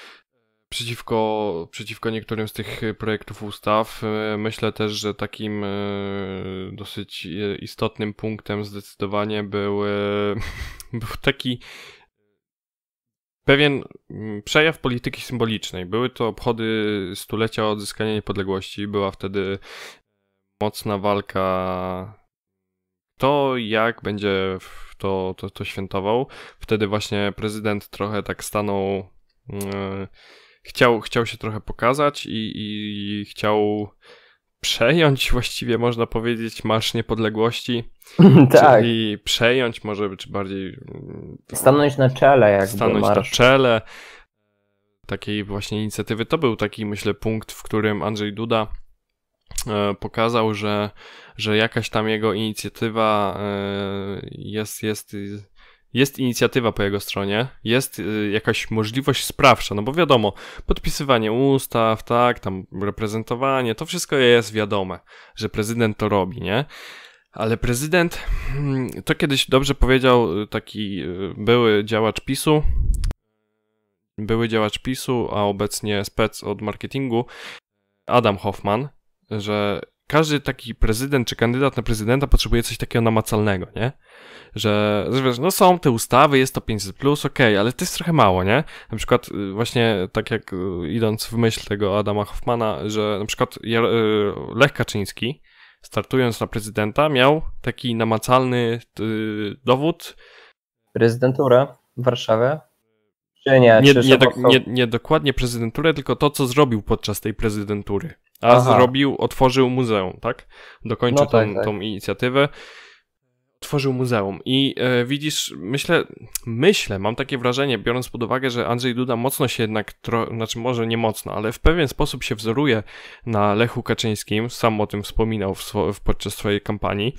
przeciwko niektórym z tych projektów ustaw. Myślę też, że takim dosyć istotnym punktem zdecydowanie był taki pewien przejaw polityki symbolicznej. Były to obchody stulecia odzyskania niepodległości. Była wtedy mocna walka, kto jak będzie to świętował. Wtedy właśnie prezydent trochę tak stanął, chciał się trochę pokazać i chciał przejąć, właściwie można powiedzieć, Marsz Niepodległości.
Tak.
Czyli przejąć może, czy bardziej...
Stanąć na czele. Jakby
stanąć na czele takiej właśnie inicjatywy. To był taki, myślę, punkt, w którym Andrzej Duda pokazał, że jakaś tam jego inicjatywa jest inicjatywa po jego stronie, jest jakaś możliwość sprawcza, no bo wiadomo, podpisywanie ustaw, tak, tam reprezentowanie, to wszystko jest wiadome, że prezydent to robi, nie? Ale prezydent, to kiedyś dobrze powiedział taki były działacz PiS-u, a obecnie spec od marketingu, Adam Hoffman, że każdy taki prezydent czy kandydat na prezydenta potrzebuje coś takiego namacalnego, nie? Że wiesz, no są te ustawy, jest to 500+, okej, ale to jest trochę mało, nie? Na przykład właśnie tak jak idąc w myśl tego Adama Hoffmana, że na przykład Lech Kaczyński, startując na prezydenta, miał taki namacalny dowód.
Prezydenturę w Warszawie? Czy nie?
Nie dokładnie prezydenturę, tylko to, co zrobił podczas tej prezydentury. Otworzył muzeum, tak? Dokończył tą inicjatywę. Otworzył muzeum i widzisz, myślę, mam takie wrażenie, biorąc pod uwagę, że Andrzej Duda mocno się jednak, znaczy może nie mocno, ale w pewien sposób się wzoruje na Lechu Kaczyńskim, sam o tym wspominał podczas swojej kampanii,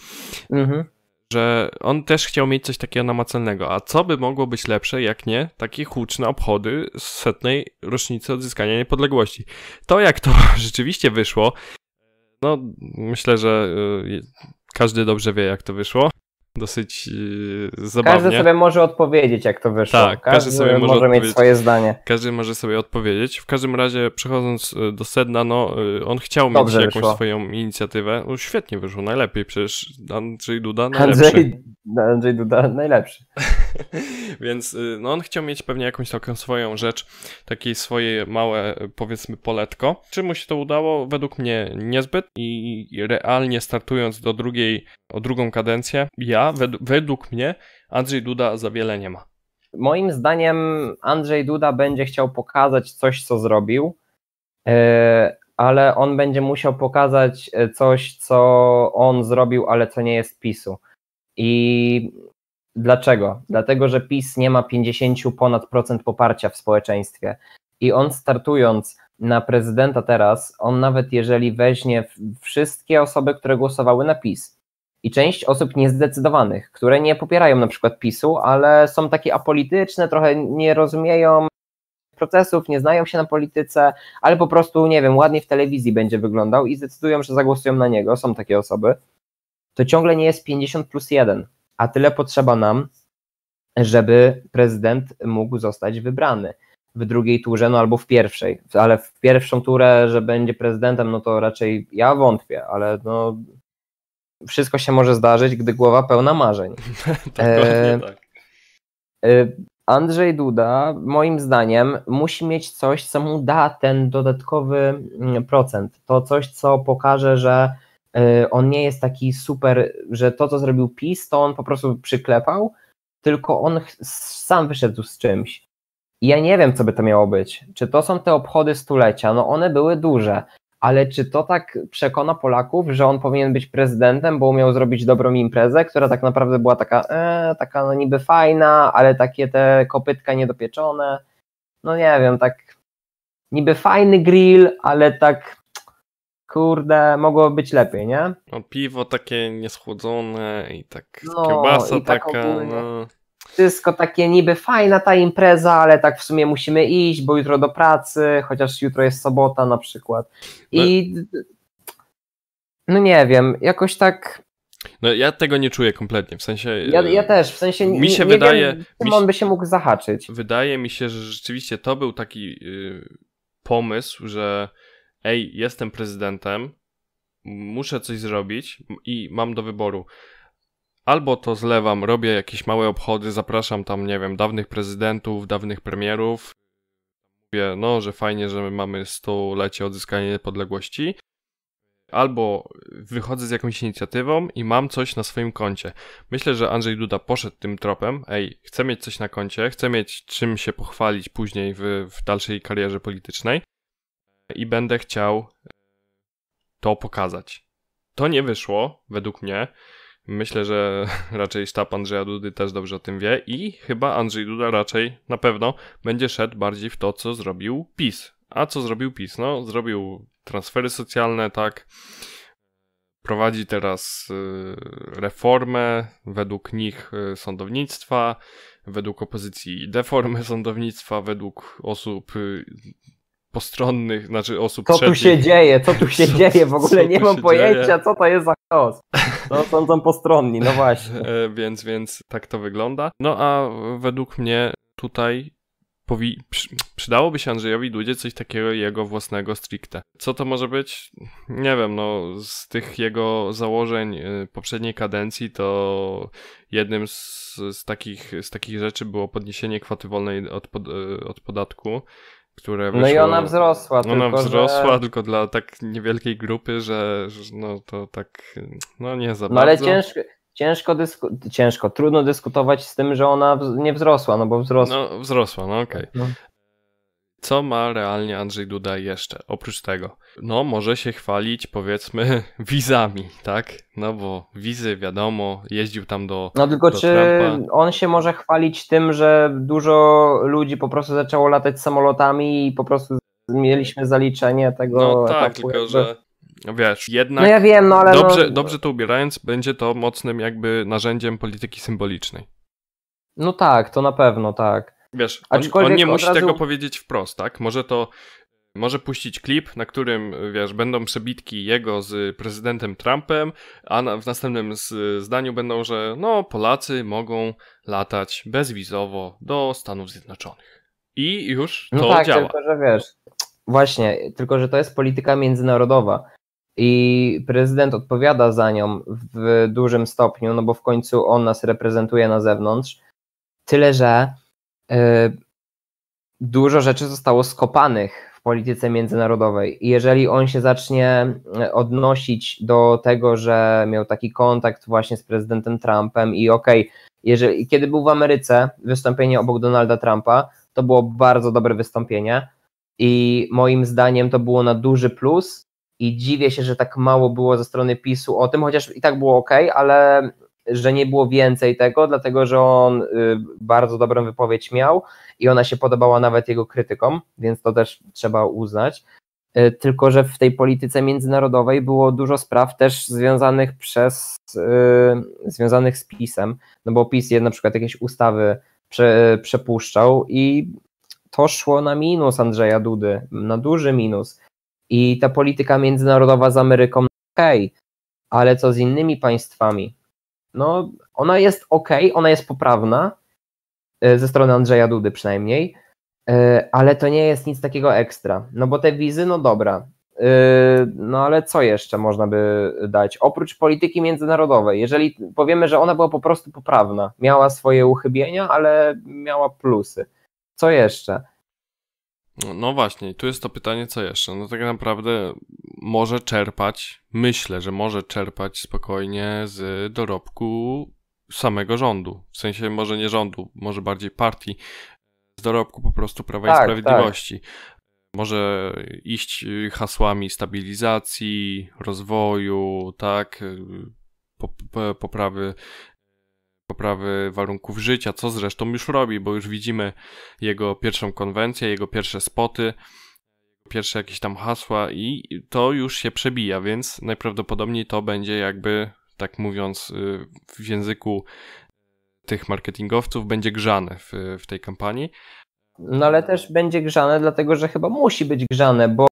że on też chciał mieć coś takiego namacalnego, a co by mogło być lepsze, jak nie takie huczne obchody z 100. rocznicy odzyskania niepodległości. To jak to rzeczywiście wyszło, no myślę, że każdy dobrze wie, jak to wyszło. Dosyć zabawnie.
Każdy sobie może odpowiedzieć, jak to wyszło.
Tak, każdy sobie
może mieć swoje zdanie.
Każdy może sobie odpowiedzieć. W każdym razie, przechodząc do sedna, no, on chciał mieć jakąś swoją inicjatywę. No, świetnie wyszło, najlepiej, przecież Andrzej Duda najlepszy.
Andrzej Duda najlepszy.
Więc no, on chciał mieć pewnie jakąś taką swoją rzecz, takie swoje małe, powiedzmy, poletko. Czy mu się to udało? Według mnie niezbyt i realnie startując o drugą kadencję, według mnie Andrzej Duda za wiele nie ma.
Moim zdaniem Andrzej Duda będzie chciał pokazać coś, co zrobił, ale on będzie musiał pokazać coś, co on zrobił, ale co nie jest PiS-u. I dlaczego? Dlatego, że PiS nie ma 50% poparcia w społeczeństwie i on startując na prezydenta teraz, on nawet jeżeli weźmie wszystkie osoby, które głosowały na PiS i część osób niezdecydowanych, które nie popierają na przykład PiS-u, ale są takie apolityczne, trochę nie rozumieją procesów, nie znają się na polityce, ale po prostu, nie wiem, ładnie w telewizji będzie wyglądał i zdecydują, że zagłosują na niego, są takie osoby, to ciągle nie jest 50+1, a tyle potrzeba nam, żeby prezydent mógł zostać wybrany w drugiej turze, no albo w pierwszej, ale w pierwszą turę, że będzie prezydentem, no to raczej ja wątpię, ale no wszystko się może zdarzyć, gdy głowa pełna marzeń.
Tak.
Andrzej Duda, moim zdaniem, musi mieć coś, co mu da ten dodatkowy procent. To coś, co pokaże, że on nie jest taki super, że to, co zrobił PiS, to on po prostu przyklepał, tylko on sam wyszedł z czymś. I ja nie wiem, co by to miało być. Czy to są te obchody stulecia? No one były duże, ale czy to tak przekona Polaków, że on powinien być prezydentem, bo umiał zrobić dobrą imprezę, która tak naprawdę była taka no niby fajna, ale takie te kopytka niedopieczone. No nie wiem, tak niby fajny grill, ale tak kurde, mogło być lepiej, nie?
No piwo takie nieschłodzone i tak
no,
kiełbasa
i tak
taka,
ogólnie.
no.
Wszystko takie niby fajna ta impreza, ale tak w sumie musimy iść, bo jutro do pracy, chociaż jutro jest sobota na przykład. I no nie wiem, jakoś tak...
No ja tego nie czuję kompletnie, w sensie...
Ja też, w sensie
mi się wydaje,
wiem, czym on by się mógł zahaczyć.
Wydaje mi się, że rzeczywiście to był taki pomysł, że jestem prezydentem, muszę coś zrobić i mam do wyboru. Albo to zlewam, robię jakieś małe obchody, zapraszam tam, nie wiem, dawnych prezydentów, dawnych premierów. Mówię, no, że fajnie, że my mamy 100-lecie odzyskania niepodległości. Albo wychodzę z jakąś inicjatywą i mam coś na swoim koncie. Myślę, że Andrzej Duda poszedł tym tropem. Chcę mieć coś na koncie, chcę mieć czym się pochwalić później w dalszej karierze politycznej i będę chciał to pokazać. To nie wyszło, według mnie. Myślę, że raczej sztab Andrzeja Dudy też dobrze o tym wie i chyba Andrzej Duda raczej na pewno będzie szedł bardziej w to, co zrobił PiS. A co zrobił PiS? No, zrobił transfery socjalne, tak, prowadzi teraz reformę według nich sądownictwa, według opozycji deformę sądownictwa, według osób postronnych, znaczy osób
Co
trzecich.
tu się dzieje? Co tu się dzieje? W ogóle nie mam pojęcia, co to jest za chaos. No sądzą postronni, no właśnie.
Więc tak to wygląda. No a według mnie tutaj przydałoby się Andrzejowi Dudzie coś takiego jego własnego stricte. Co to może być? Nie wiem, no z tych jego założeń poprzedniej kadencji to jednym z takich rzeczy było podniesienie kwoty wolnej od podatku, które wyszło...
No i ona wzrosła.
Tylko dla tak niewielkiej grupy, że no to tak, no nie za
no ale
bardzo.
Trudno dyskutować z tym, że ona nie wzrosła, no bo wzrosła.
No wzrosła, no okej. No. Co ma realnie Andrzej Duda jeszcze? Oprócz tego, no może się chwalić, powiedzmy, wizami, tak? No bo wizy, wiadomo, jeździł tam do
No tylko
do
czy
Trumpa.
on się może chwalić tym, że dużo ludzi po prostu zaczęło latać samolotami i po prostu mieliśmy zaliczenie tego
No tak,
etapu,
tylko że wiesz, jednak
no ja wiem, no ale
dobrze to ubierając, będzie to mocnym jakby narzędziem polityki symbolicznej.
No tak, to na pewno, tak.
Wiesz, on nie musi tego powiedzieć wprost, tak? Może puścić klip, na którym, wiesz, będą przebitki jego z prezydentem Trumpem, a w następnym zdaniu będą, że no, Polacy mogą latać bezwizowo do Stanów Zjednoczonych. I już to
no tak,
działa.
Tylko, że wiesz, właśnie, tylko, że to jest polityka międzynarodowa i prezydent odpowiada za nią w dużym stopniu, no bo w końcu on nas reprezentuje na zewnątrz, tyle, że dużo rzeczy zostało skopanych w polityce międzynarodowej i jeżeli on się zacznie odnosić do tego, że miał taki kontakt właśnie z prezydentem Trumpem i kiedy był w Ameryce, wystąpienie obok Donalda Trumpa, to było bardzo dobre wystąpienie i moim zdaniem to było na duży plus i dziwię się, że tak mało było ze strony PiS-u o tym, chociaż i tak było ale że nie było więcej tego, dlatego że on bardzo dobrą wypowiedź miał i ona się podobała nawet jego krytykom, więc to też trzeba uznać. Tylko że w tej polityce międzynarodowej było dużo spraw też związanych z PiS-em, no bo PiS na przykład jakieś ustawy przepuszczał i to szło na minus Andrzeja Dudy, na duży minus. I ta polityka międzynarodowa z Ameryką, ale co z innymi państwami? No, ona jest ona jest poprawna, ze strony Andrzeja Dudy przynajmniej, ale to nie jest nic takiego ekstra, no bo te wizy, no dobra, no ale co jeszcze można by dać, oprócz polityki międzynarodowej, jeżeli powiemy, że ona była po prostu poprawna, miała swoje uchybienia, ale miała plusy, co jeszcze?
No właśnie, tu jest to pytanie, co jeszcze? No tak naprawdę myślę, że może czerpać spokojnie z dorobku samego rządu. W sensie może nie rządu, może bardziej partii, z dorobku po prostu Prawa i Sprawiedliwości. Tak. Może iść hasłami stabilizacji, rozwoju, tak, poprawy warunków życia, co zresztą już robi, bo już widzimy jego pierwszą konwencję, jego pierwsze spoty, pierwsze jakieś tam hasła i to już się przebija, więc najprawdopodobniej to będzie jakby, tak mówiąc w języku tych marketingowców, będzie grzane w tej kampanii.
No ale też będzie grzane, dlatego że chyba musi być grzane, bo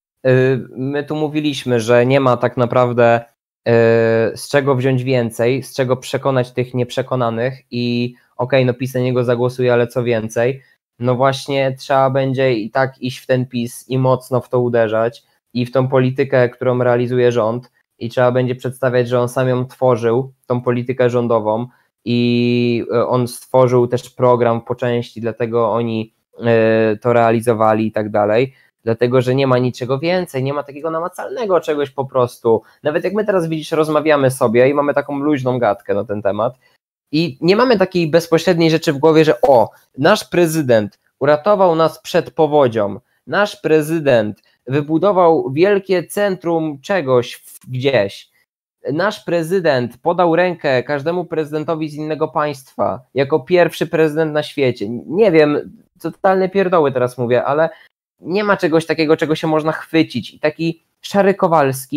my tu mówiliśmy, że nie ma tak naprawdę z czego wziąć więcej, z czego przekonać tych nieprzekonanych i no PiS na niego zagłosuje, ale co więcej, no właśnie trzeba będzie i tak iść w ten PiS i mocno w to uderzać i w tą politykę, którą realizuje rząd i trzeba będzie przedstawiać, że on sam ją tworzył, tą politykę rządową i on stworzył też program po części, dlatego oni to realizowali i tak dalej. Dlatego, że nie ma niczego więcej, nie ma takiego namacalnego czegoś po prostu. Nawet jak my teraz widzisz, rozmawiamy sobie i mamy taką luźną gadkę na ten temat i nie mamy takiej bezpośredniej rzeczy w głowie, że nasz prezydent uratował nas przed powodzią, nasz prezydent wybudował wielkie centrum czegoś gdzieś, nasz prezydent podał rękę każdemu prezydentowi z innego państwa, jako pierwszy prezydent na świecie. Nie wiem, totalne pierdoły teraz mówię, ale nie ma czegoś takiego, czego się można chwycić. I taki Szary Kowalski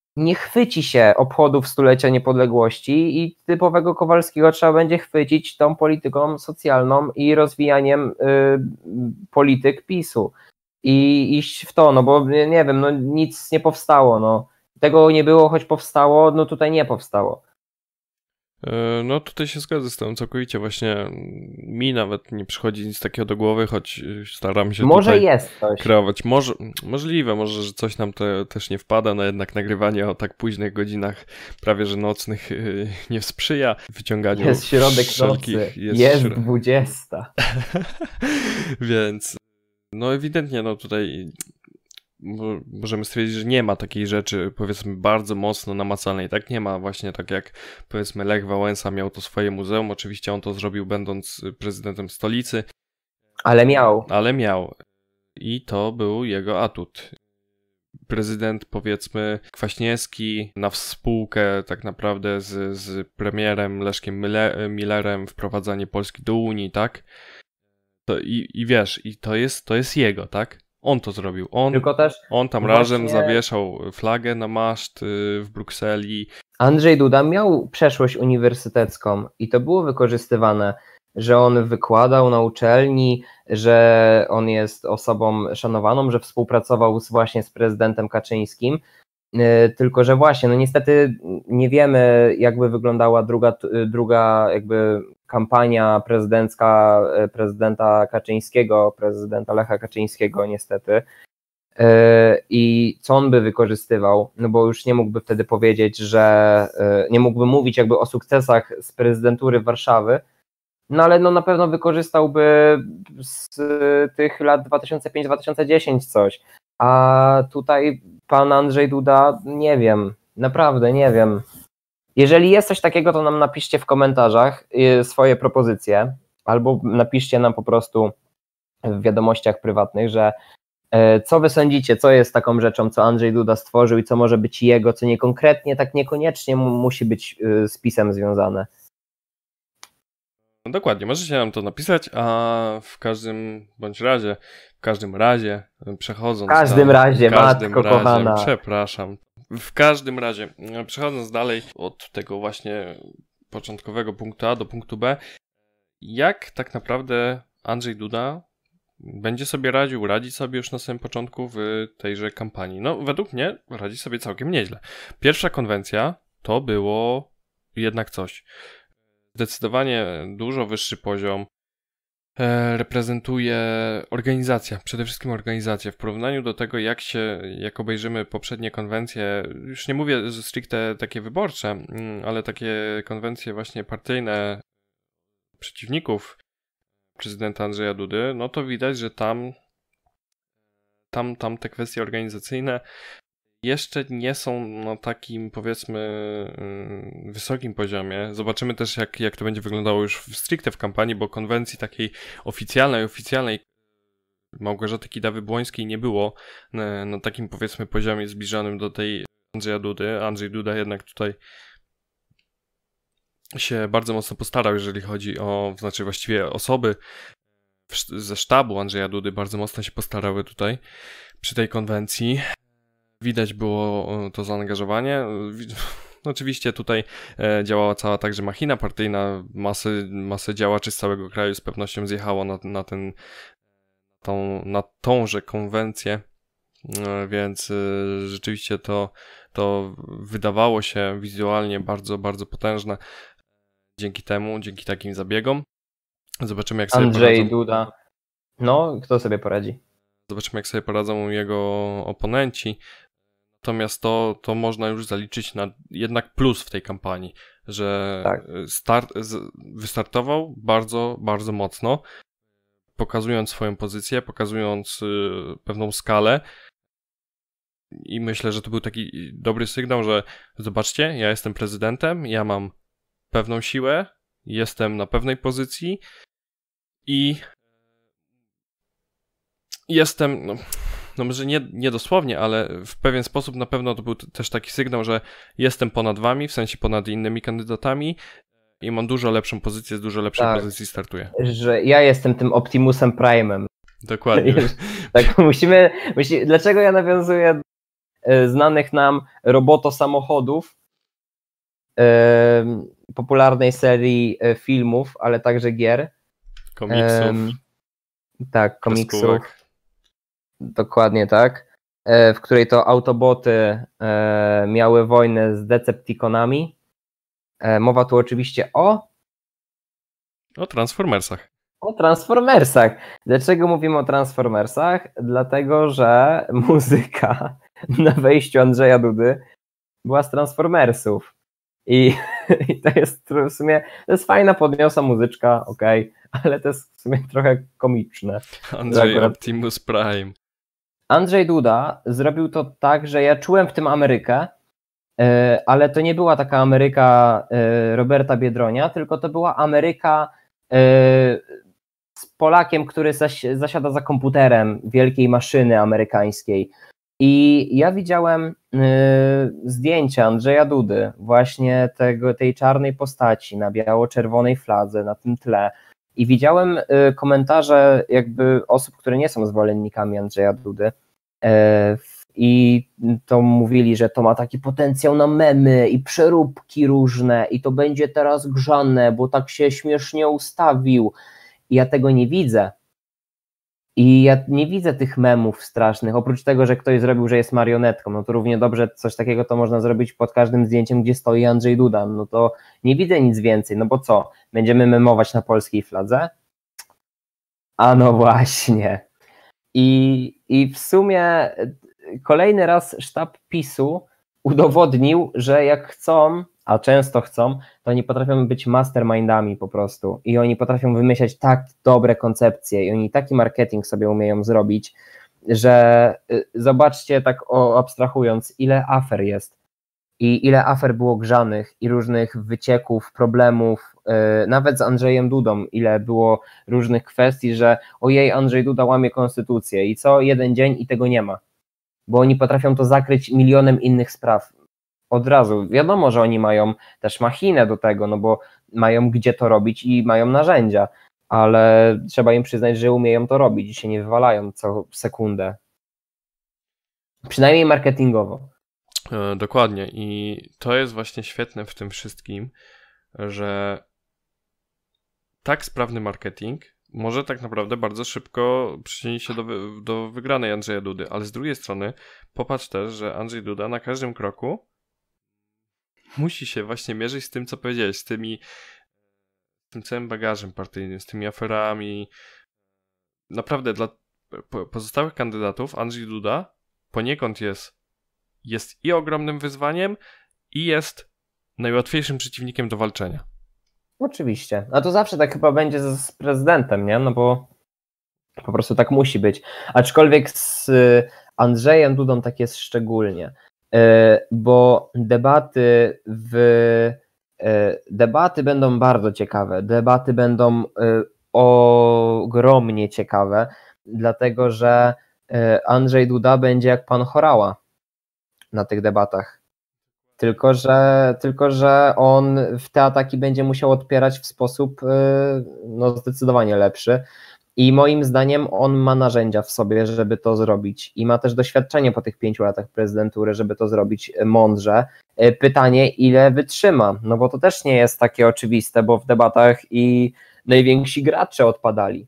nie chwyci się obchodów stulecia niepodległości i typowego Kowalskiego trzeba będzie chwycić tą polityką socjalną i rozwijaniem polityk PiS-u i iść w to, no bo nie wiem, no nic nie powstało, no tego nie było, choć powstało, no tutaj nie powstało.
No tutaj się zgadzam z tym całkowicie, właśnie mi nawet nie przychodzi nic takiego do głowy, choć staram się
może
tutaj
jest coś
kreować. Możliwe, może, że coś nam też nie wpada, no jednak nagrywanie o tak późnych godzinach, prawie że nocnych nie sprzyja wyciąganiu
jest środek
wszelkich...
nocy, jest 20.
Więc no ewidentnie no tutaj możemy stwierdzić, że nie ma takiej rzeczy, powiedzmy, bardzo mocno namacalnej, tak? Nie ma właśnie tak jak, powiedzmy, Lech Wałęsa miał to swoje muzeum, oczywiście on to zrobił będąc prezydentem stolicy.
Ale miał.
I to był jego atut. Prezydent, powiedzmy, Kwaśniewski na współkę tak naprawdę z premierem Leszkiem Millerem wprowadzanie Polski do Unii, tak? I wiesz, i to jest jego, tak? On to zrobił. On tam razem zawieszał flagę na maszt w Brukseli.
Andrzej Duda miał przeszłość uniwersytecką i to było wykorzystywane, że on wykładał na uczelni, że on jest osobą szanowaną, że współpracował właśnie z prezydentem Kaczyńskim. Tylko że właśnie, no niestety nie wiemy, jakby wyglądała druga jakby kampania prezydencka prezydenta Kaczyńskiego, prezydenta Lecha Kaczyńskiego niestety. I co on by wykorzystywał, no bo już nie mógłby wtedy powiedzieć, że nie mógłby mówić jakby o sukcesach z prezydentury Warszawy, no ale no na pewno wykorzystałby z tych lat 2005-2010 coś. A tutaj pan Andrzej Duda, nie wiem, naprawdę nie wiem. Jeżeli jest coś takiego, to nam napiszcie w komentarzach swoje propozycje, albo napiszcie nam po prostu w wiadomościach prywatnych, że co wy sądzicie, co jest taką rzeczą, co Andrzej Duda stworzył i co może być jego, co niekonkretnie, tak niekoniecznie musi być z PiS-em związane.
Dokładnie, możecie nam to napisać, a w każdym razie, przechodząc...
kochana.
Przepraszam. W każdym razie, przechodząc dalej od tego właśnie początkowego punktu A do punktu B, jak tak naprawdę Andrzej Duda będzie sobie radzi sobie już na samym początku w tejże kampanii? No, według mnie radzi sobie całkiem nieźle. Pierwsza konwencja to było jednak coś. Zdecydowanie dużo wyższy poziom reprezentuje organizacja, przede wszystkim organizacja. W porównaniu do tego, jak obejrzymy poprzednie konwencje, już nie mówię stricte takie wyborcze, ale takie konwencje właśnie partyjne przeciwników prezydenta Andrzeja Dudy, no to widać, że tam te kwestie organizacyjne jeszcze nie są na takim, powiedzmy, wysokim poziomie. Zobaczymy też, jak to będzie wyglądało już stricte w kampanii, bo konwencji takiej oficjalnej Małgorzaty Kidawy-Błońskiej nie było na takim, powiedzmy, poziomie zbliżonym do tej Andrzeja Dudy. Andrzej Duda jednak tutaj się bardzo mocno postarał, jeżeli chodzi o, znaczy właściwie osoby ze sztabu Andrzeja Dudy bardzo mocno się postarały tutaj przy tej konwencji. Widać było to zaangażowanie. Oczywiście tutaj działała cała także machina partyjna, masę działaczy z całego kraju z pewnością zjechało na tąże konwencję, więc rzeczywiście to wydawało się wizualnie bardzo, bardzo potężne dzięki takim zabiegom. Zobaczymy, jak sobie
Andrzej Duda. No, kto sobie poradzi?
Zobaczymy, jak sobie poradzą jego oponenci. Natomiast to można już zaliczyć na jednak plus w tej kampanii, że tak. Wystartował bardzo, bardzo mocno, pokazując swoją pozycję, pokazując pewną skalę i myślę, że to był taki dobry sygnał, że zobaczcie, ja jestem prezydentem, ja mam pewną siłę, jestem na pewnej pozycji i jestem... No może nie dosłownie, ale w pewien sposób na pewno to był też taki sygnał, że jestem ponad wami, w sensie ponad innymi kandydatami i mam dużo lepszą pozycję, z dużo lepszej pozycji startuję. Że
ja jestem tym Optimusem Prime'em.
Dokładnie.
Tak, dlaczego ja nawiązuję znanych nam robotosamochodów, popularnej serii filmów, ale także gier.
Komiksów.
Tak, komiksów. Dokładnie tak. W której to Autoboty miały wojnę z Decepticonami. Mowa tu oczywiście o
Transformersach.
O Transformersach. Dlaczego mówimy o Transformersach? Dlatego, że muzyka na wejściu Andrzeja Dudy była z Transformersów. I to jest w sumie, to jest fajna, podniosła muzyczka, okej, ale to jest w sumie trochę komiczne.
Andrzej Optimus Prime.
Andrzej Duda zrobił to tak, że ja czułem w tym Amerykę, ale to nie była taka Ameryka Roberta Biedronia, tylko to była Ameryka z Polakiem, który zasiada za komputerem wielkiej maszyny amerykańskiej. I ja widziałem zdjęcia Andrzeja Dudy, właśnie tej czarnej postaci na biało-czerwonej fladze, na tym tle. I widziałem komentarze jakby osób, które nie są zwolennikami Andrzeja Dudy. I to mówili, że to ma taki potencjał na memy i przeróbki różne i to będzie teraz grzane, bo tak się śmiesznie ustawił. I ja tego nie widzę. I ja nie widzę tych memów strasznych, oprócz tego, że ktoś zrobił, że jest marionetką, no to równie dobrze coś takiego to można zrobić pod każdym zdjęciem, gdzie stoi Andrzej Duda, no to nie widzę nic więcej, no bo co, będziemy memować na polskiej fladze? A no właśnie. I w sumie kolejny raz sztab PiS-u udowodnił, że jak chcą, a często chcą, to oni potrafią być mastermindami po prostu i oni potrafią wymyślać tak dobre koncepcje i oni taki marketing sobie umieją zrobić, że zobaczcie, tak abstrahując, ile afer jest i ile afer było grzanych i różnych wycieków, problemów, nawet z Andrzejem Dudą, ile było różnych kwestii, że ojej, Andrzej Duda łamie konstytucję i co, jeden dzień i tego nie ma, bo oni potrafią to zakryć milionem innych spraw. Od razu. Wiadomo, że oni mają też machinę do tego, no bo mają gdzie to robić i mają narzędzia, ale trzeba im przyznać, że umieją to robić i się nie wywalają co sekundę. Przynajmniej marketingowo.
Dokładnie i to jest właśnie świetne w tym wszystkim, że tak sprawny marketing może tak naprawdę bardzo szybko przyczynić się do wygranej Andrzeja Dudy, ale z drugiej strony popatrz też, że Andrzej Duda na każdym kroku musi się właśnie mierzyć z tym, co powiedziałeś, z tym całym bagażem partyjnym, z tymi aferami. Naprawdę dla pozostałych kandydatów Andrzej Duda poniekąd jest i ogromnym wyzwaniem, i jest najłatwiejszym przeciwnikiem do walczenia.
Oczywiście. A to zawsze tak chyba będzie z prezydentem, nie? No bo po prostu tak musi być. Aczkolwiek z Andrzejem Dudą tak jest szczególnie. Bo debaty będą bardzo ciekawe, debaty będą ogromnie ciekawe, dlatego że Andrzej Duda będzie jak pan Horała na tych debatach, tylko że on w te ataki będzie musiał odpierać w sposób no, zdecydowanie lepszy. I moim zdaniem on ma narzędzia w sobie, żeby to zrobić i ma też doświadczenie po tych 5 latach prezydentury, żeby to zrobić mądrze. Pytanie, ile wytrzyma, no bo to też nie jest takie oczywiste, bo w debatach i najwięksi gracze odpadali.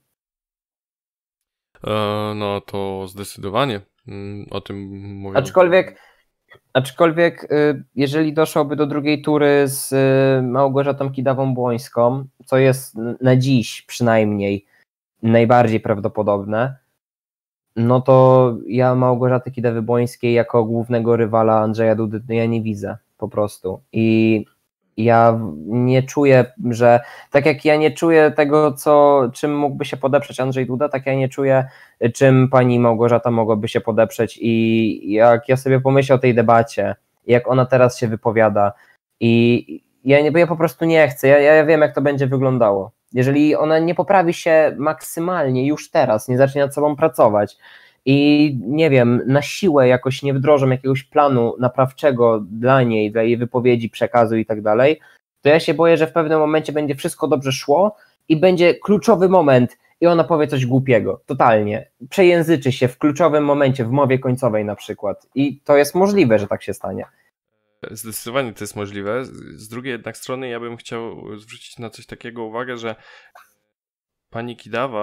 No to zdecydowanie o tym mówię.
Aczkolwiek jeżeli doszłoby do drugiej tury z Małgorzatą Kidawą-Błońską, co jest na dziś przynajmniej najbardziej prawdopodobne, no to ja Małgorzaty Kidawy-Błońskiej jako głównego rywala Andrzeja Dudy ja nie widzę po prostu. I ja nie czuję, że tak jak ja nie czuję tego, czym mógłby się podeprzeć Andrzej Duda, tak ja nie czuję, czym pani Małgorzata mogłaby się podeprzeć i jak ja sobie pomyślę o tej debacie, jak ona teraz się wypowiada i ja po prostu nie chcę, ja wiem jak to będzie wyglądało. Jeżeli ona nie poprawi się maksymalnie już teraz, nie zacznie nad sobą pracować i nie wiem, na siłę jakoś nie wdrożą jakiegoś planu naprawczego dla niej, dla jej wypowiedzi, przekazu i tak dalej, to ja się boję, że w pewnym momencie będzie wszystko dobrze szło i będzie kluczowy moment i ona powie coś głupiego, totalnie, przejęzyczy się w kluczowym momencie, w mowie końcowej na przykład i to jest możliwe, że tak się stanie.
Zdecydowanie to jest możliwe. Z drugiej jednak strony ja bym chciał zwrócić na coś takiego uwagę, że pani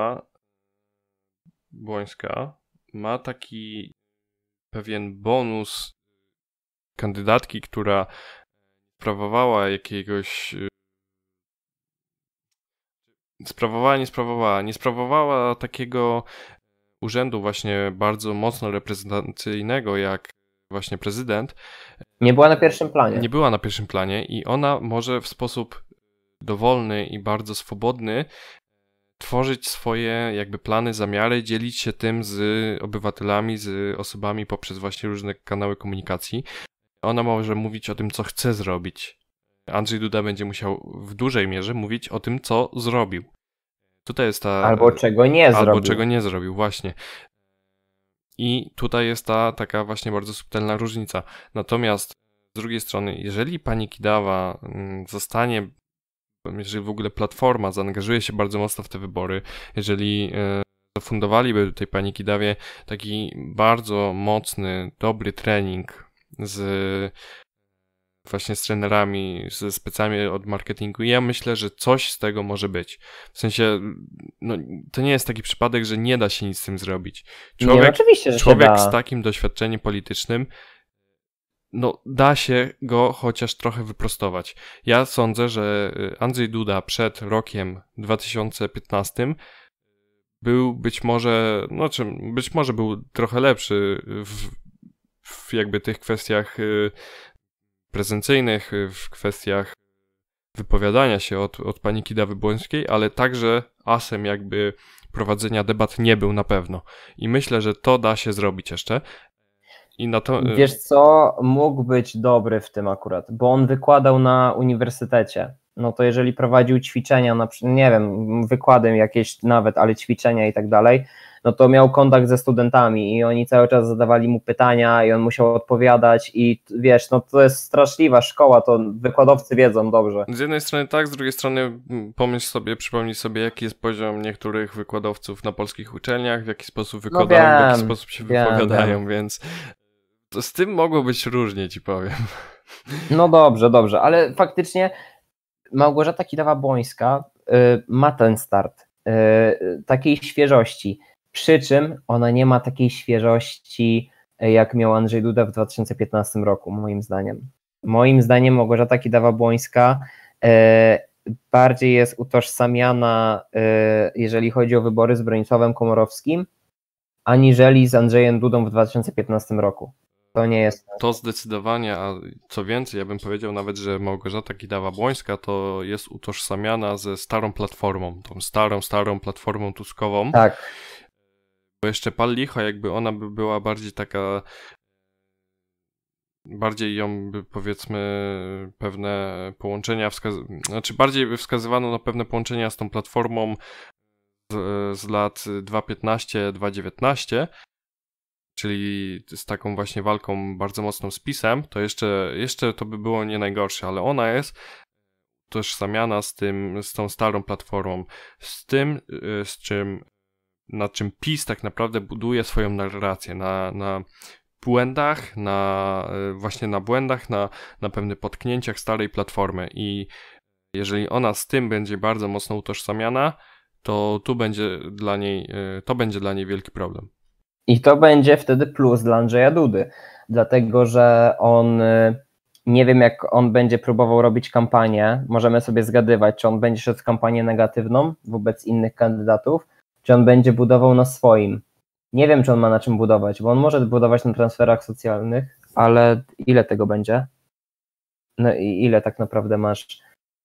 Kidawa-Błońska ma taki pewien bonus kandydatki, która nie sprawowała takiego urzędu właśnie bardzo mocno reprezentacyjnego jak właśnie prezydent.
Nie była na pierwszym planie.
Nie była na pierwszym planie i ona może w sposób dowolny i bardzo swobodny tworzyć swoje jakby plany, zamiary, dzielić się tym z obywatelami, z osobami poprzez właśnie różne kanały komunikacji. Ona może mówić o tym, co chce zrobić. Andrzej Duda będzie musiał w dużej mierze mówić o tym, co zrobił. Tutaj jest ta...
Albo czego nie
zrobił, właśnie. I tutaj jest ta taka właśnie bardzo subtelna różnica. Natomiast z drugiej strony, jeżeli pani Kidawa zostanie, jeżeli w ogóle Platforma zaangażuje się bardzo mocno w te wybory, jeżeli zafundowaliby tej pani Kidawie taki bardzo mocny, dobry trening właśnie z trenerami, ze specjalnie od marketingu. I ja myślę, że coś z tego może być. W sensie, no, to nie jest taki przypadek, że nie da się nic z tym zrobić. Człowiek z takim doświadczeniem politycznym, no, da się go chociaż trochę wyprostować. Ja sądzę, że Andrzej Duda przed rokiem 2015 był być może był trochę lepszy w jakby tych kwestiach prezencyjnych, w kwestiach wypowiadania się od pani Kidawy-Błońskiej, ale także asem jakby prowadzenia debat nie był na pewno. I myślę, że to da się zrobić jeszcze.
Wiesz co, mógł być dobry w tym akurat, bo on wykładał na uniwersytecie. No to jeżeli prowadził ćwiczenia, nie wiem, wykłady jakieś nawet, ale ćwiczenia i tak dalej, no to miał kontakt ze studentami i oni cały czas zadawali mu pytania i on musiał odpowiadać i wiesz, no to jest straszliwa szkoła, to wykładowcy wiedzą dobrze.
Z jednej strony tak, z drugiej strony przypomnij sobie, jaki jest poziom niektórych wykładowców na polskich uczelniach, w jaki sposób wykładają, w jaki sposób się wypowiadają, więc to z tym mogło być różnie, ci powiem.
No dobrze, ale faktycznie Małgorzata Kidawa-Błońska ma ten start, takiej świeżości, przy czym ona nie ma takiej świeżości, jak miał Andrzej Duda w 2015 roku, moim zdaniem. Moim zdaniem Małgorzata Kidawa-Błońska bardziej jest utożsamiana, jeżeli chodzi o wybory z Bronisławem Komorowskim, aniżeli z Andrzejem Dudą w 2015 roku. To nie jest...
To zdecydowanie, a co więcej, ja bym powiedział nawet, że Małgorzata Kidawa-Błońska to jest utożsamiana ze starą Platformą, tą starą Platformą Tuskową.
Tak.
Bo jeszcze pal licha, jakby ona by była bardziej taka, bardziej ją by powiedzmy pewne połączenia, bardziej by wskazywano na pewne połączenia z tą Platformą z lat 2015-2019, czyli z taką właśnie walką bardzo mocną z PiS-em, to jeszcze to by było nie najgorsze, ale ona jest tożsamiana z tą starą Platformą, z tym, na czym PiS tak naprawdę buduje swoją narrację, na błędach, właśnie na błędach, na pewnych potknięciach starej Platformy i jeżeli ona z tym będzie bardzo mocno utożsamiana, to to będzie dla niej wielki problem.
I to będzie wtedy plus dla Andrzeja Dudy, dlatego że on, nie wiem jak on będzie próbował robić kampanię, możemy sobie zgadywać, czy on będzie szedł w kampanię negatywną wobec innych kandydatów, czy on będzie budował na swoim. Nie wiem, czy on ma na czym budować, bo on może budować na transferach socjalnych, ale ile tego będzie? No i ile tak naprawdę masz?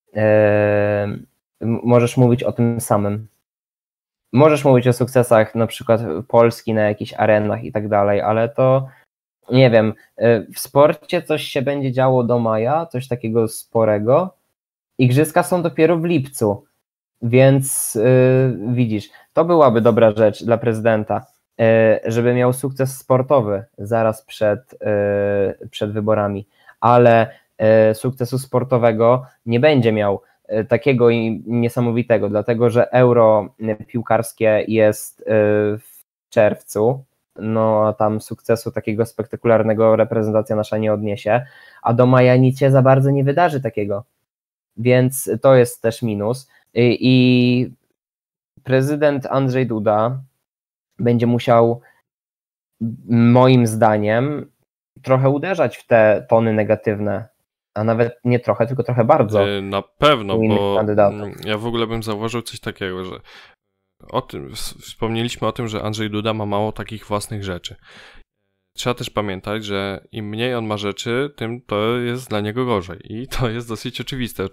Możesz mówić o tym samym. Możesz mówić o sukcesach na przykład Polski na jakichś arenach i tak dalej, ale to nie wiem, w sporcie coś się będzie działo do maja, coś takiego sporego. Igrzyska są dopiero w lipcu, więc widzisz, to byłaby dobra rzecz dla prezydenta, żeby miał sukces sportowy zaraz przed wyborami, ale sukcesu sportowego nie będzie miał takiego niesamowitego, dlatego że Euro piłkarskie jest w czerwcu, no a tam sukcesu takiego spektakularnego reprezentacja nasza nie odniesie, a do maja nic się za bardzo nie wydarzy takiego, więc to jest też minus i prezydent Andrzej Duda będzie musiał, moim zdaniem, trochę uderzać w te tony negatywne, a nawet nie trochę, tylko trochę bardzo.
Na pewno, bo
kandydatów.
Ja w ogóle bym zauważył coś takiego, że wspomnieliśmy o tym, że Andrzej Duda ma mało takich własnych rzeczy. Trzeba też pamiętać, że im mniej on ma rzeczy, tym to jest dla niego gorzej. I to jest dosyć oczywiste.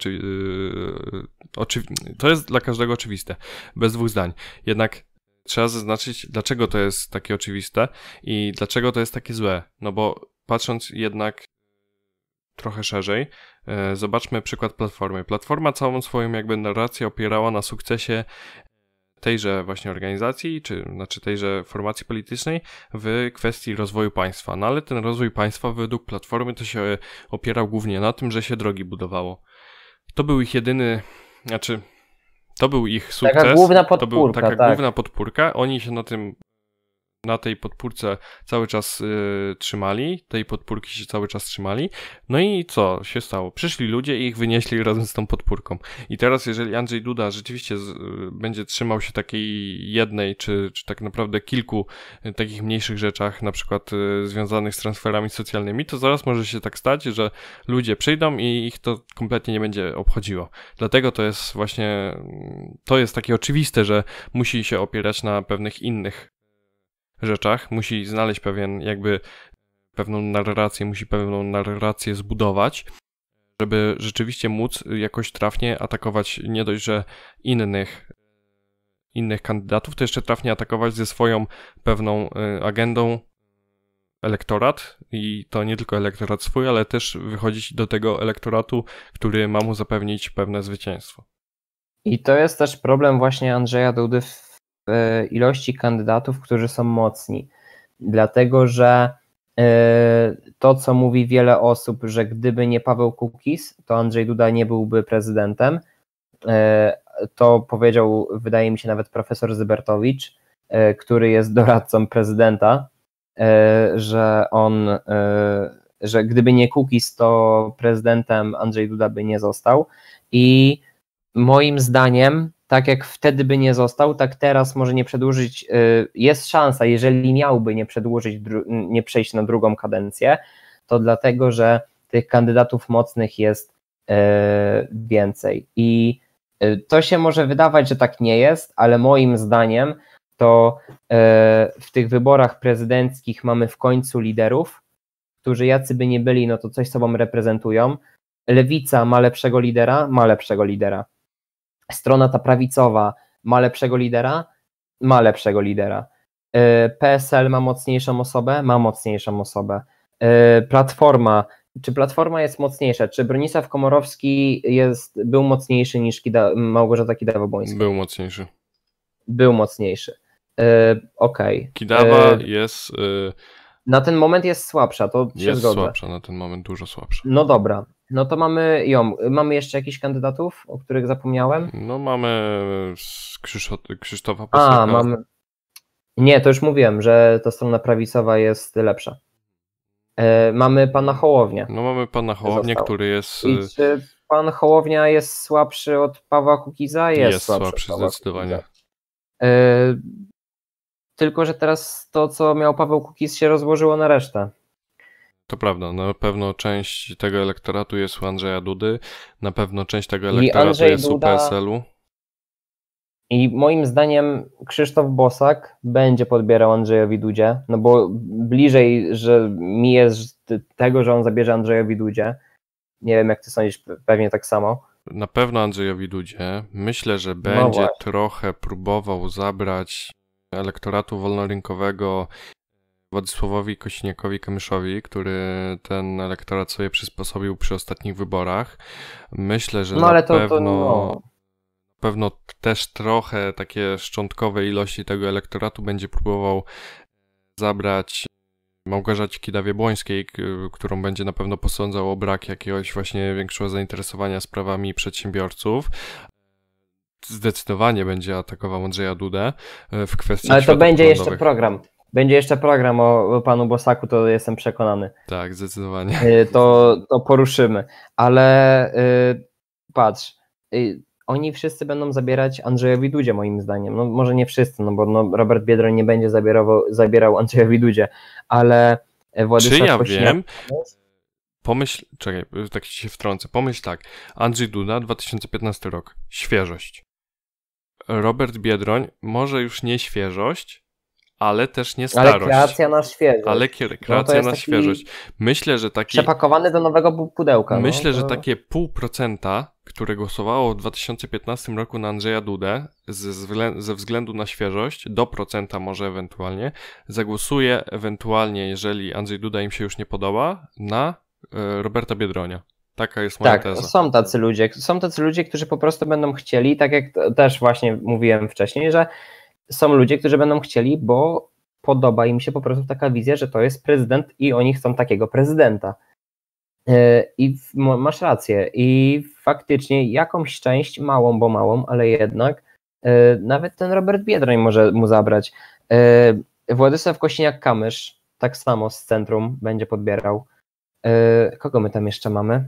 To jest dla każdego oczywiste. Bez dwóch zdań. Jednak trzeba zaznaczyć, dlaczego to jest takie oczywiste i dlaczego to jest takie złe. No bo patrząc jednak trochę szerzej, zobaczmy przykład Platformy. Platforma całą swoją jakby narrację opierała na sukcesie tejże właśnie organizacji, znaczy tejże formacji politycznej w kwestii rozwoju państwa. No ale ten rozwój państwa według Platformy to się opierał głównie na tym, że się drogi budowało. To był ich jedyny, to był ich sukces.
Taka główna podpórka,
to był taka główna podpórka. Oni się na tej podpórce cały czas trzymali, tej podpórki się cały czas trzymali. No i co się stało? Przyszli ludzie i ich wynieśli razem z tą podpórką. I teraz jeżeli Andrzej Duda rzeczywiście będzie trzymał się takiej jednej, czy tak naprawdę kilku takich mniejszych rzeczach, na przykład związanych z transferami socjalnymi, to zaraz może się tak stać, że ludzie przyjdą i ich to kompletnie nie będzie obchodziło. Dlatego to jest właśnie, to jest takie oczywiste, że musi się opierać na pewnych innych rzeczach, musi znaleźć pewną narrację, musi pewną narrację zbudować, żeby rzeczywiście móc jakoś trafnie atakować nie dość, że innych kandydatów, to jeszcze trafnie atakować ze swoją pewną agendą elektorat i to nie tylko elektorat swój, ale też wychodzić do tego elektoratu, który ma mu zapewnić pewne zwycięstwo.
I to jest też problem właśnie Andrzeja Dudy w ilości kandydatów, którzy są mocni. Dlatego, że to, co mówi wiele osób, że gdyby nie Paweł Kukiz, to Andrzej Duda nie byłby prezydentem, to powiedział, wydaje mi się, nawet profesor Zybertowicz, który jest doradcą prezydenta, że gdyby nie Kukiz, to prezydentem Andrzej Duda by nie został. I moim zdaniem, tak jak wtedy by nie został, tak teraz może nie przedłużyć, jest szansa, jeżeli miałby nie przejść na drugą kadencję, to dlatego, że tych kandydatów mocnych jest więcej. I to się może wydawać, że tak nie jest, ale moim zdaniem to w tych wyborach prezydenckich mamy w końcu liderów, którzy jacy by nie byli, no to coś sobą reprezentują. Lewica ma lepszego lidera? Ma lepszego lidera. Strona ta prawicowa ma lepszego lidera? Ma lepszego lidera. PSL ma mocniejszą osobę? Ma mocniejszą osobę. Czy Platforma jest mocniejsza? Czy Bronisław Komorowski był mocniejszy niż Małgorzata Kidawa-Błońska?
Był mocniejszy.
Był mocniejszy. Okej.
Kidawa jest...
Na ten moment jest słabsza, to się
jest
zgodzę.
Słabsza, na ten moment dużo słabsza.
No dobra, no to mamy ją. Mamy jeszcze jakichś kandydatów, o których zapomniałem?
No mamy Krzysztofa Bosaka.
mamy. Nie, to już mówiłem, że ta strona prawicowa jest lepsza. Mamy pana Hołownię.
No mamy pana Hołownię, który jest...
I czy pan Hołownia jest słabszy od Pawła Kukiza?
Jest słabszy zdecydowanie.
Tylko że teraz to, co miał Paweł Kukiz, się rozłożyło na resztę.
To prawda, na pewno część tego elektoratu jest u Andrzeja Dudy, na pewno część tego elektoratu jest u PSL-u.
I moim zdaniem Krzysztof Bosak będzie podbierał Andrzejowi Dudzie, no bo bliżej, że mi jest tego, że on zabierze Andrzejowi Dudzie. Nie wiem, jak ty sądzisz, pewnie tak samo.
Na pewno Andrzejowi Dudzie. Myślę, że będzie trochę próbował zabrać elektoratu wolnorynkowego Władysławowi Kosiniakowi-Kamyszowi, który ten elektorat sobie przysposobił przy ostatnich wyborach. Myślę, że na pewno też trochę takie szczątkowe ilości tego elektoratu będzie próbował zabrać Małgorzacie Kidawie-Błońskiej, którą będzie na pewno posądzał o brak jakiegoś właśnie większego zainteresowania sprawami przedsiębiorców. Zdecydowanie będzie atakował Andrzeja Dudę w kwestii
Ale to będzie
światopoglądowych.
jeszcze program. Będzie jeszcze program o panu Bosaku, to jestem przekonany.
Tak, zdecydowanie.
To poruszymy. Ale patrz, oni wszyscy będą zabierać Andrzejowi Dudzie, moim zdaniem. No może nie wszyscy, no bo Robert Biedroń nie będzie zabierał Andrzejowi Dudzie, ale Władysław
Czy ja
Kosiniak...
wiem? Pomyśl, czekaj, tak się wtrącę. Pomyśl tak, Andrzej Duda, 2015 rok, świeżość. Robert Biedroń, może już nie świeżość, ale też nie starość.
Ale kreacja na świeżość.
Ale kreacja na świeżość. Myślę, że taki...
Przepakowany do nowego pudełka.
Myślę, że takie 0,5%, które głosowało w 2015 roku na Andrzeja Dudę, ze względu na świeżość, do procenta może ewentualnie, zagłosuje ewentualnie, jeżeli Andrzej Duda im się już nie podoba, na Roberta Biedronia. Taka jest moja teza.
Są tacy ludzie, którzy po prostu będą chcieli, tak jak też właśnie mówiłem wcześniej, że są ludzie, którzy będą chcieli, bo podoba im się po prostu taka wizja, że to jest prezydent i oni chcą takiego prezydenta. I masz rację. I faktycznie jakąś część, małą, bo małą, ale jednak nawet ten Robert Biedroń może mu zabrać. Władysław Kosiniak-Kamysz tak samo z centrum będzie podbierał. Kogo my tam jeszcze mamy?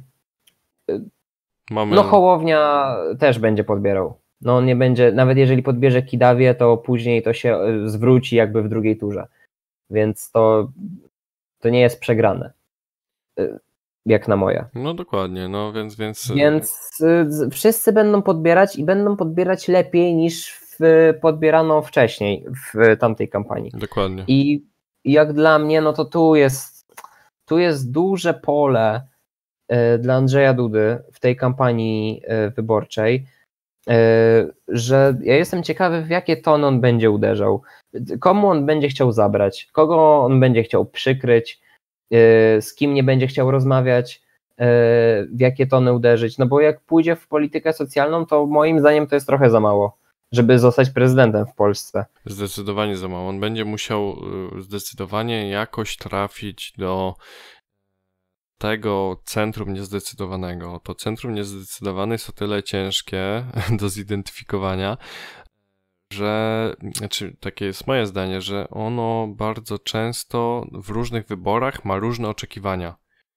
No Hołownia też będzie podbierał. No on nie będzie, nawet jeżeli podbierze Kidawię, to później to się zwróci jakby w drugiej turze. Więc to nie jest przegrane. Jak na moje.
No dokładnie, no więc...
Więc wszyscy będą podbierać i będą podbierać lepiej niż podbierano wcześniej w tamtej kampanii.
Dokładnie.
I jak dla mnie, no to tu jest duże pole dla Andrzeja Dudy w tej kampanii wyborczej, że ja jestem ciekawy, w jakie tony on będzie uderzał, komu on będzie chciał zabrać, kogo on będzie chciał przykryć, z kim nie będzie chciał rozmawiać, w jakie tony uderzyć, no bo jak pójdzie w politykę socjalną, to moim zdaniem to jest trochę za mało, żeby zostać prezydentem w Polsce.
Zdecydowanie za mało. On będzie musiał zdecydowanie jakoś trafić do tego centrum niezdecydowanego. To centrum niezdecydowane jest o tyle ciężkie do zidentyfikowania, że, znaczy takie jest moje zdanie, że ono bardzo często w różnych wyborach ma różne oczekiwania.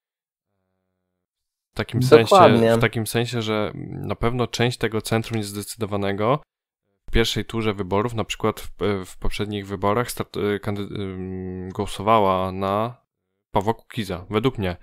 W takim sensie, że na pewno część tego centrum niezdecydowanego w pierwszej turze wyborów, na przykład w poprzednich wyborach głosowała na Pawła Kukiza, według mnie.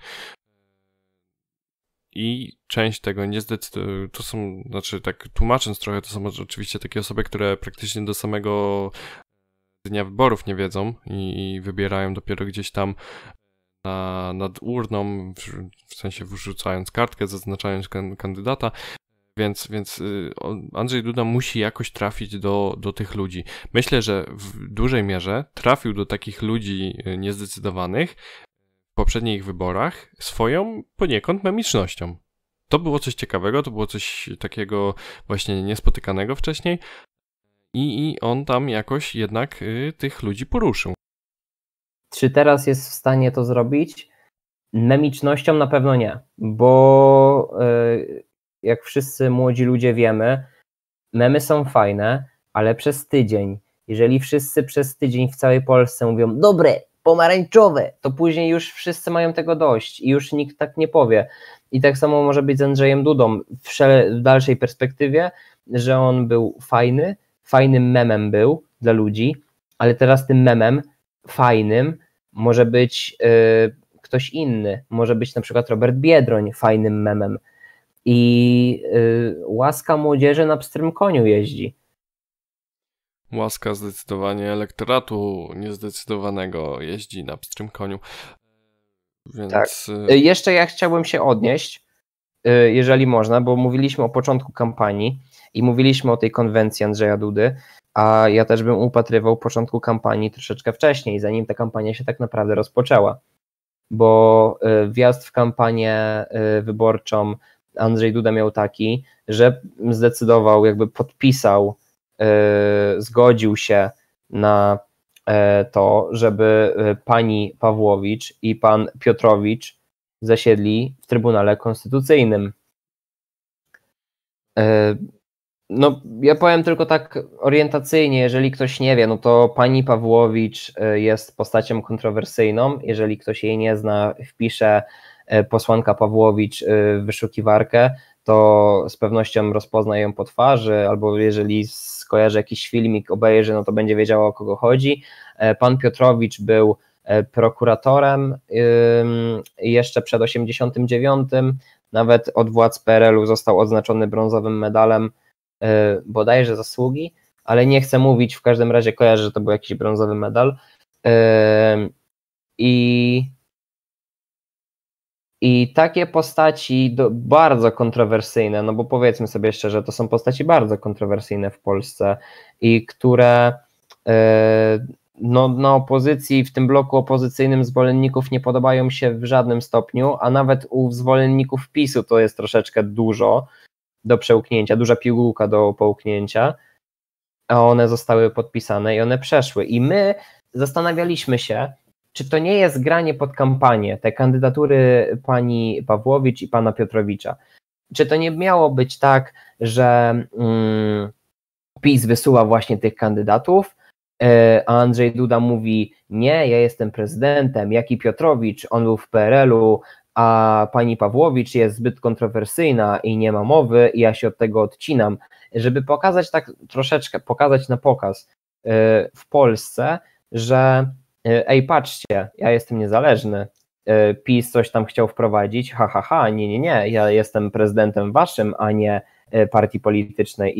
I część tego to są, znaczy tak tłumacząc trochę, to są oczywiście takie osoby, które praktycznie do samego dnia wyborów nie wiedzą i wybierają dopiero gdzieś tam nad urną, w sensie wrzucając kartkę, zaznaczając kandydata, więc Andrzej Duda musi jakoś trafić do tych ludzi. Myślę, że w dużej mierze trafił do takich ludzi niezdecydowanych w poprzednich wyborach swoją poniekąd memicznością. To było coś ciekawego, to było coś takiego właśnie niespotykanego wcześniej i on tam jakoś jednak tych ludzi poruszył.
Czy teraz jest w stanie to zrobić? Memicznością na pewno nie, bo jak wszyscy młodzi ludzie wiemy, memy są fajne, ale przez tydzień. Jeżeli wszyscy przez tydzień w całej Polsce mówią dobre, pomarańczowe, to później już wszyscy mają tego dość i już nikt tak nie powie. I tak samo może być z Andrzejem Dudą w dalszej perspektywie, że on był fajnym memem był dla ludzi, ale teraz tym memem fajnym może być ktoś inny, może być na przykład Robert Biedroń fajnym memem i łaska młodzieży na pstrym koniu jeździ.
Łaska zdecydowanie elektoratu niezdecydowanego jeździ na pstrym koniu. Więc...
Tak. Jeszcze ja chciałbym się odnieść, jeżeli można, bo mówiliśmy o początku kampanii i mówiliśmy o tej konwencji Andrzeja Dudy, a ja też bym upatrywał początku kampanii troszeczkę wcześniej, zanim ta kampania się tak naprawdę rozpoczęła. Bo wjazd w kampanię wyborczą Andrzej Duda miał taki, że zdecydował, jakby podpisał, zgodził się na to, żeby pani Pawłowicz i pan Piotrowicz zasiedli w Trybunale Konstytucyjnym. No, ja powiem tylko tak orientacyjnie, jeżeli ktoś nie wie, no to pani Pawłowicz jest postacią kontrowersyjną. Jeżeli ktoś jej nie zna, wpisze posłanka Pawłowicz w wyszukiwarkę, to z pewnością rozpozna ją po twarzy, albo jeżeli skojarzy jakiś filmik, obejrzy, no to będzie wiedziała, o kogo chodzi. Pan Piotrowicz był prokuratorem jeszcze przed 89, nawet od władz PRL-u został odznaczony brązowym medalem bodajże zasługi, ale nie chcę mówić, w każdym razie kojarzę, że to był jakiś brązowy medal. I takie postaci bardzo kontrowersyjne, no bo powiedzmy sobie szczerze, to są postaci bardzo kontrowersyjne w Polsce i które no, na opozycji, w tym bloku opozycyjnym zwolenników nie podobają się w żadnym stopniu, a nawet u zwolenników PiS-u to jest troszeczkę dużo do przełknięcia, duża pigułka do połknięcia, a one zostały podpisane i one przeszły. I my zastanawialiśmy się, czy to nie jest granie pod kampanię, te kandydatury pani Pawłowicz i pana Piotrowicza. Czy to nie miało być tak, że PiS wysyła właśnie tych kandydatów, a Andrzej Duda mówi, nie, ja jestem prezydentem, jaki Piotrowicz, on był w PRL-u, a pani Pawłowicz jest zbyt kontrowersyjna i nie ma mowy i ja się od tego odcinam, żeby pokazać tak troszeczkę, pokazać na pokaz w Polsce, że ej, patrzcie, ja jestem niezależny, PiS coś tam chciał wprowadzić, nie, ja jestem prezydentem waszym, a nie partii politycznej i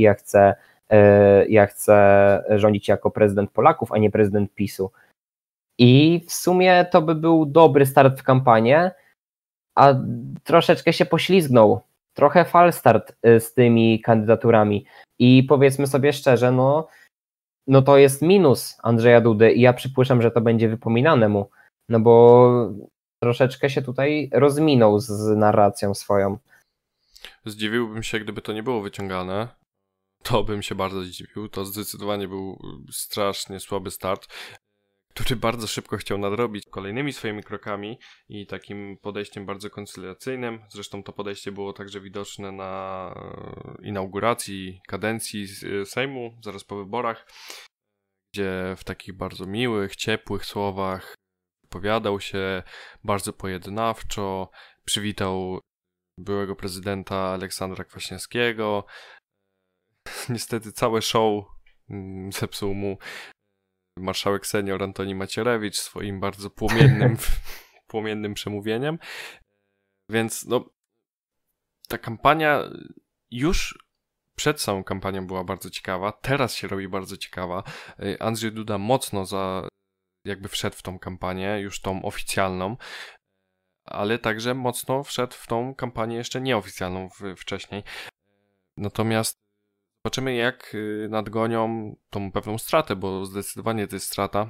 ja chcę rządzić jako prezydent Polaków, a nie prezydent PiS-u. I w sumie to by był dobry start w kampanię, a troszeczkę się poślizgnął, trochę falstart z tymi kandydaturami i powiedzmy sobie szczerze, no to jest minus Andrzeja Dudy i ja przypuszczam, że to będzie wypominane mu, no bo troszeczkę się tutaj rozminął z narracją swoją.
Zdziwiłbym się, gdyby to nie było wyciągane. To bym się bardzo zdziwił. To zdecydowanie był strasznie słaby start, który bardzo szybko chciał nadrobić kolejnymi swoimi krokami i takim podejściem bardzo koncyliacyjnym. Zresztą to podejście było także widoczne na inauguracji kadencji Sejmu, zaraz po wyborach, gdzie w takich bardzo miłych, ciepłych słowach wypowiadał się bardzo pojednawczo, przywitał byłego prezydenta Aleksandra Kwaśniewskiego. Niestety całe show zepsuł mu marszałek senior Antoni Macierewicz swoim bardzo płomiennym przemówieniem. Więc no, ta kampania już przed samą kampanią była bardzo ciekawa, teraz się robi bardzo ciekawa. Andrzej Duda mocno jakby wszedł w tą kampanię, już tą oficjalną, ale także mocno wszedł w tą kampanię jeszcze nieoficjalną wcześniej. Natomiast zobaczymy, jak nadgonią tą pewną stratę, bo zdecydowanie to jest strata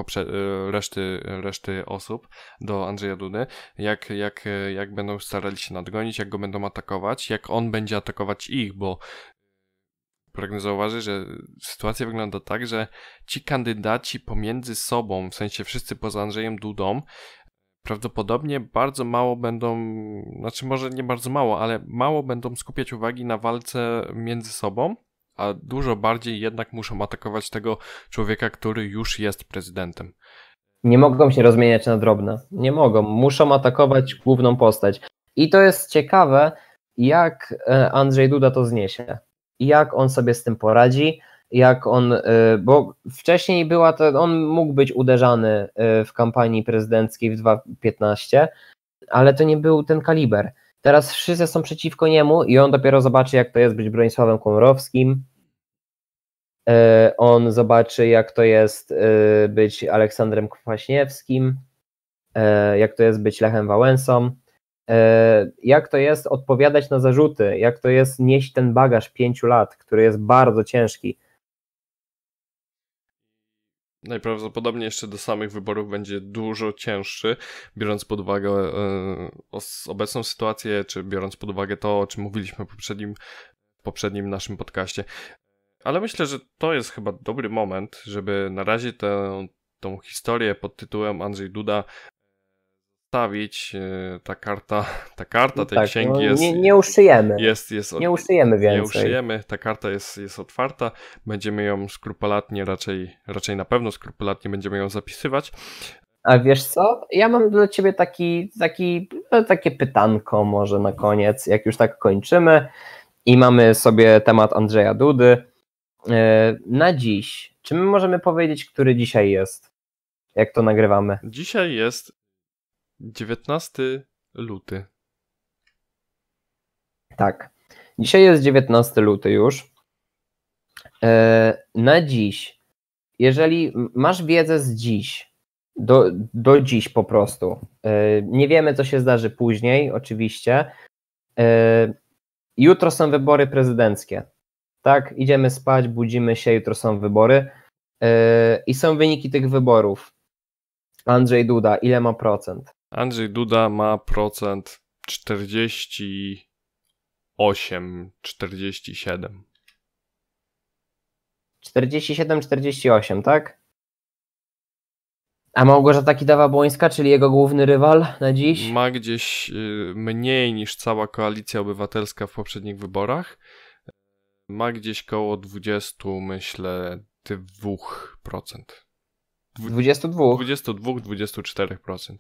reszty osób do Andrzeja Dudy. Jak będą starali się nadgonić, jak go będą atakować, jak on będzie atakować ich, bo pragnę zauważyć, że sytuacja wygląda tak, że ci kandydaci pomiędzy sobą, w sensie wszyscy poza Andrzejem Dudą, prawdopodobnie bardzo mało będą, znaczy może nie bardzo mało, ale mało będą skupiać uwagi na walce między sobą, a dużo bardziej jednak muszą atakować tego człowieka, który już jest prezydentem.
Nie mogą się rozmieniać na drobne. Nie mogą. Muszą atakować główną postać. I to jest ciekawe, jak Andrzej Duda to zniesie. Jak on sobie z tym poradzi, jak on, bo wcześniej on mógł być uderzany w kampanii prezydenckiej w 2015, ale to nie był ten kaliber. Teraz wszyscy są przeciwko niemu i on dopiero zobaczy, jak to jest być Bronisławem Komorowskim. On zobaczy, jak to jest być Aleksandrem Kwaśniewskim, jak to jest być Lechem Wałęsą, jak to jest odpowiadać na zarzuty, jak to jest nieść ten bagaż 5 lat, który jest bardzo ciężki.
Najprawdopodobniej jeszcze do samych wyborów będzie dużo cięższy, biorąc pod uwagę obecną sytuację, czy biorąc pod uwagę to, o czym mówiliśmy w poprzednim naszym podcaście. Ale myślę, że to jest chyba dobry moment, żeby na razie tą historię pod tytułem Andrzej Duda stawić. Ta karta tej
tak,
księgi
no,
jest...
nie uszyjemy. Nie
uszyjemy
więcej.
Nie uszyjemy, ta karta jest otwarta, będziemy ją skrupulatnie, raczej na pewno skrupulatnie będziemy ją zapisywać.
A wiesz co? Ja mam dla ciebie takie pytanko może na koniec, jak już tak kończymy i mamy sobie temat Andrzeja Dudy. Na dziś, czy my możemy powiedzieć, który dzisiaj jest? Jak to nagrywamy?
Dzisiaj jest 19 luty. Tak.
Dzisiaj jest 19 luty już. Na dziś, jeżeli masz wiedzę z dziś, do dziś po prostu, nie wiemy, co się zdarzy później, oczywiście. Jutro są wybory prezydenckie. Tak, idziemy spać, budzimy się, jutro są wybory i są wyniki tych wyborów. Andrzej Duda, ile ma procent?
Andrzej Duda ma procent 48, 47.
47-48, tak? A Małgorzata Kidawa-Błońska, czyli jego główny rywal na dziś?
Ma gdzieś mniej niż cała Koalicja Obywatelska w poprzednich wyborach. Ma gdzieś koło 20, myślę, 2%.
22?
22-24%.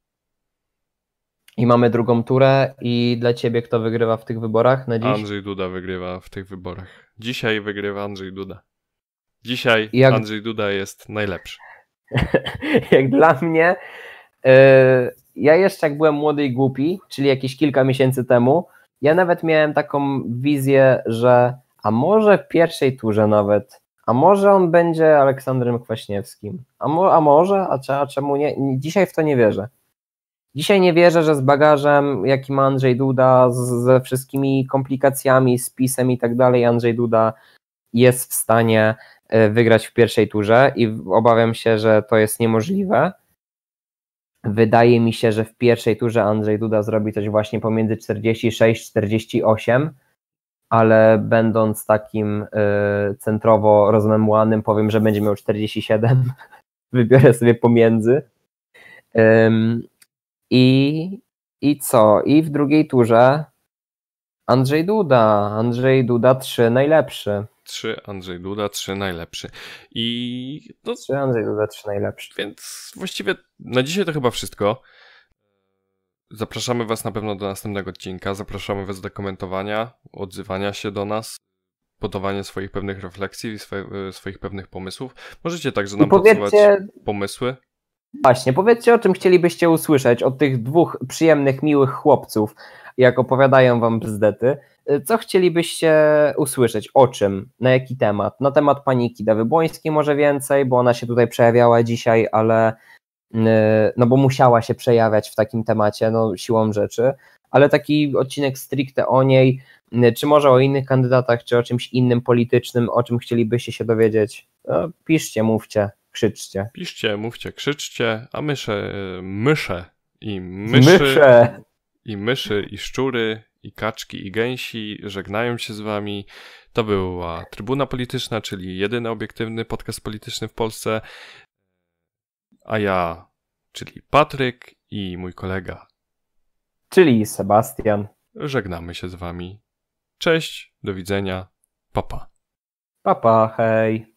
I mamy drugą turę i dla ciebie kto wygrywa w tych wyborach na dziś?
Andrzej Duda wygrywa w tych wyborach. Dzisiaj wygrywa Andrzej Duda. Dzisiaj Andrzej Duda jest najlepszy.
Jak dla mnie, ja jeszcze jak byłem młody i głupi, czyli jakieś kilka miesięcy temu, ja nawet miałem taką wizję, że a może w pierwszej turze nawet, a może on będzie Aleksandrem Kwaśniewskim, a czemu nie? Dzisiaj w to nie wierzę. Dzisiaj nie wierzę, że z bagażem, jaki ma Andrzej Duda, ze wszystkimi komplikacjami, z PiS-em i tak dalej, Andrzej Duda jest w stanie wygrać w pierwszej turze i obawiam się, że to jest niemożliwe. Wydaje mi się, że w pierwszej turze Andrzej Duda zrobi coś właśnie pomiędzy 46-48, ale będąc takim centrowo rozmemłanym, powiem, że będzie miał 47. Wybiorę sobie pomiędzy. I co? I w drugiej turze Andrzej Duda 3 najlepszy.
3 Andrzej Duda, 3 najlepszy. I no,
3 Andrzej Duda, 3 najlepszy.
Więc właściwie na dzisiaj to chyba wszystko. Zapraszamy Was na pewno do następnego odcinka. Zapraszamy Was do komentowania, odzywania się do nas, podawania swoich pewnych refleksji i swoich pewnych pomysłów. Możecie także nam podsuwać pomysły.
Właśnie, powiedzcie, o czym chcielibyście usłyszeć od tych dwóch przyjemnych, miłych chłopców, jak opowiadają wam bzdety. Co chcielibyście usłyszeć? O czym? Na jaki temat? Na temat pani Kidawy-Błońskiej może więcej, bo ona się tutaj przejawiała dzisiaj, ale no bo musiała się przejawiać w takim temacie, no siłą rzeczy, ale taki odcinek stricte o niej, czy może o innych kandydatach, czy o czymś innym politycznym, o czym chcielibyście się dowiedzieć? No, piszcie, mówcie. Krzyczcie.
Piszcie, mówcie, krzyczcie, a mysze i szczury i kaczki i gęsi żegnają się z wami. To była Trybuna Polityczna, czyli jedyny obiektywny podcast polityczny w Polsce. A ja, czyli Patryk i mój kolega,
czyli Sebastian,
żegnamy się z wami. Cześć, do widzenia, pa pa.
Pa pa, hej.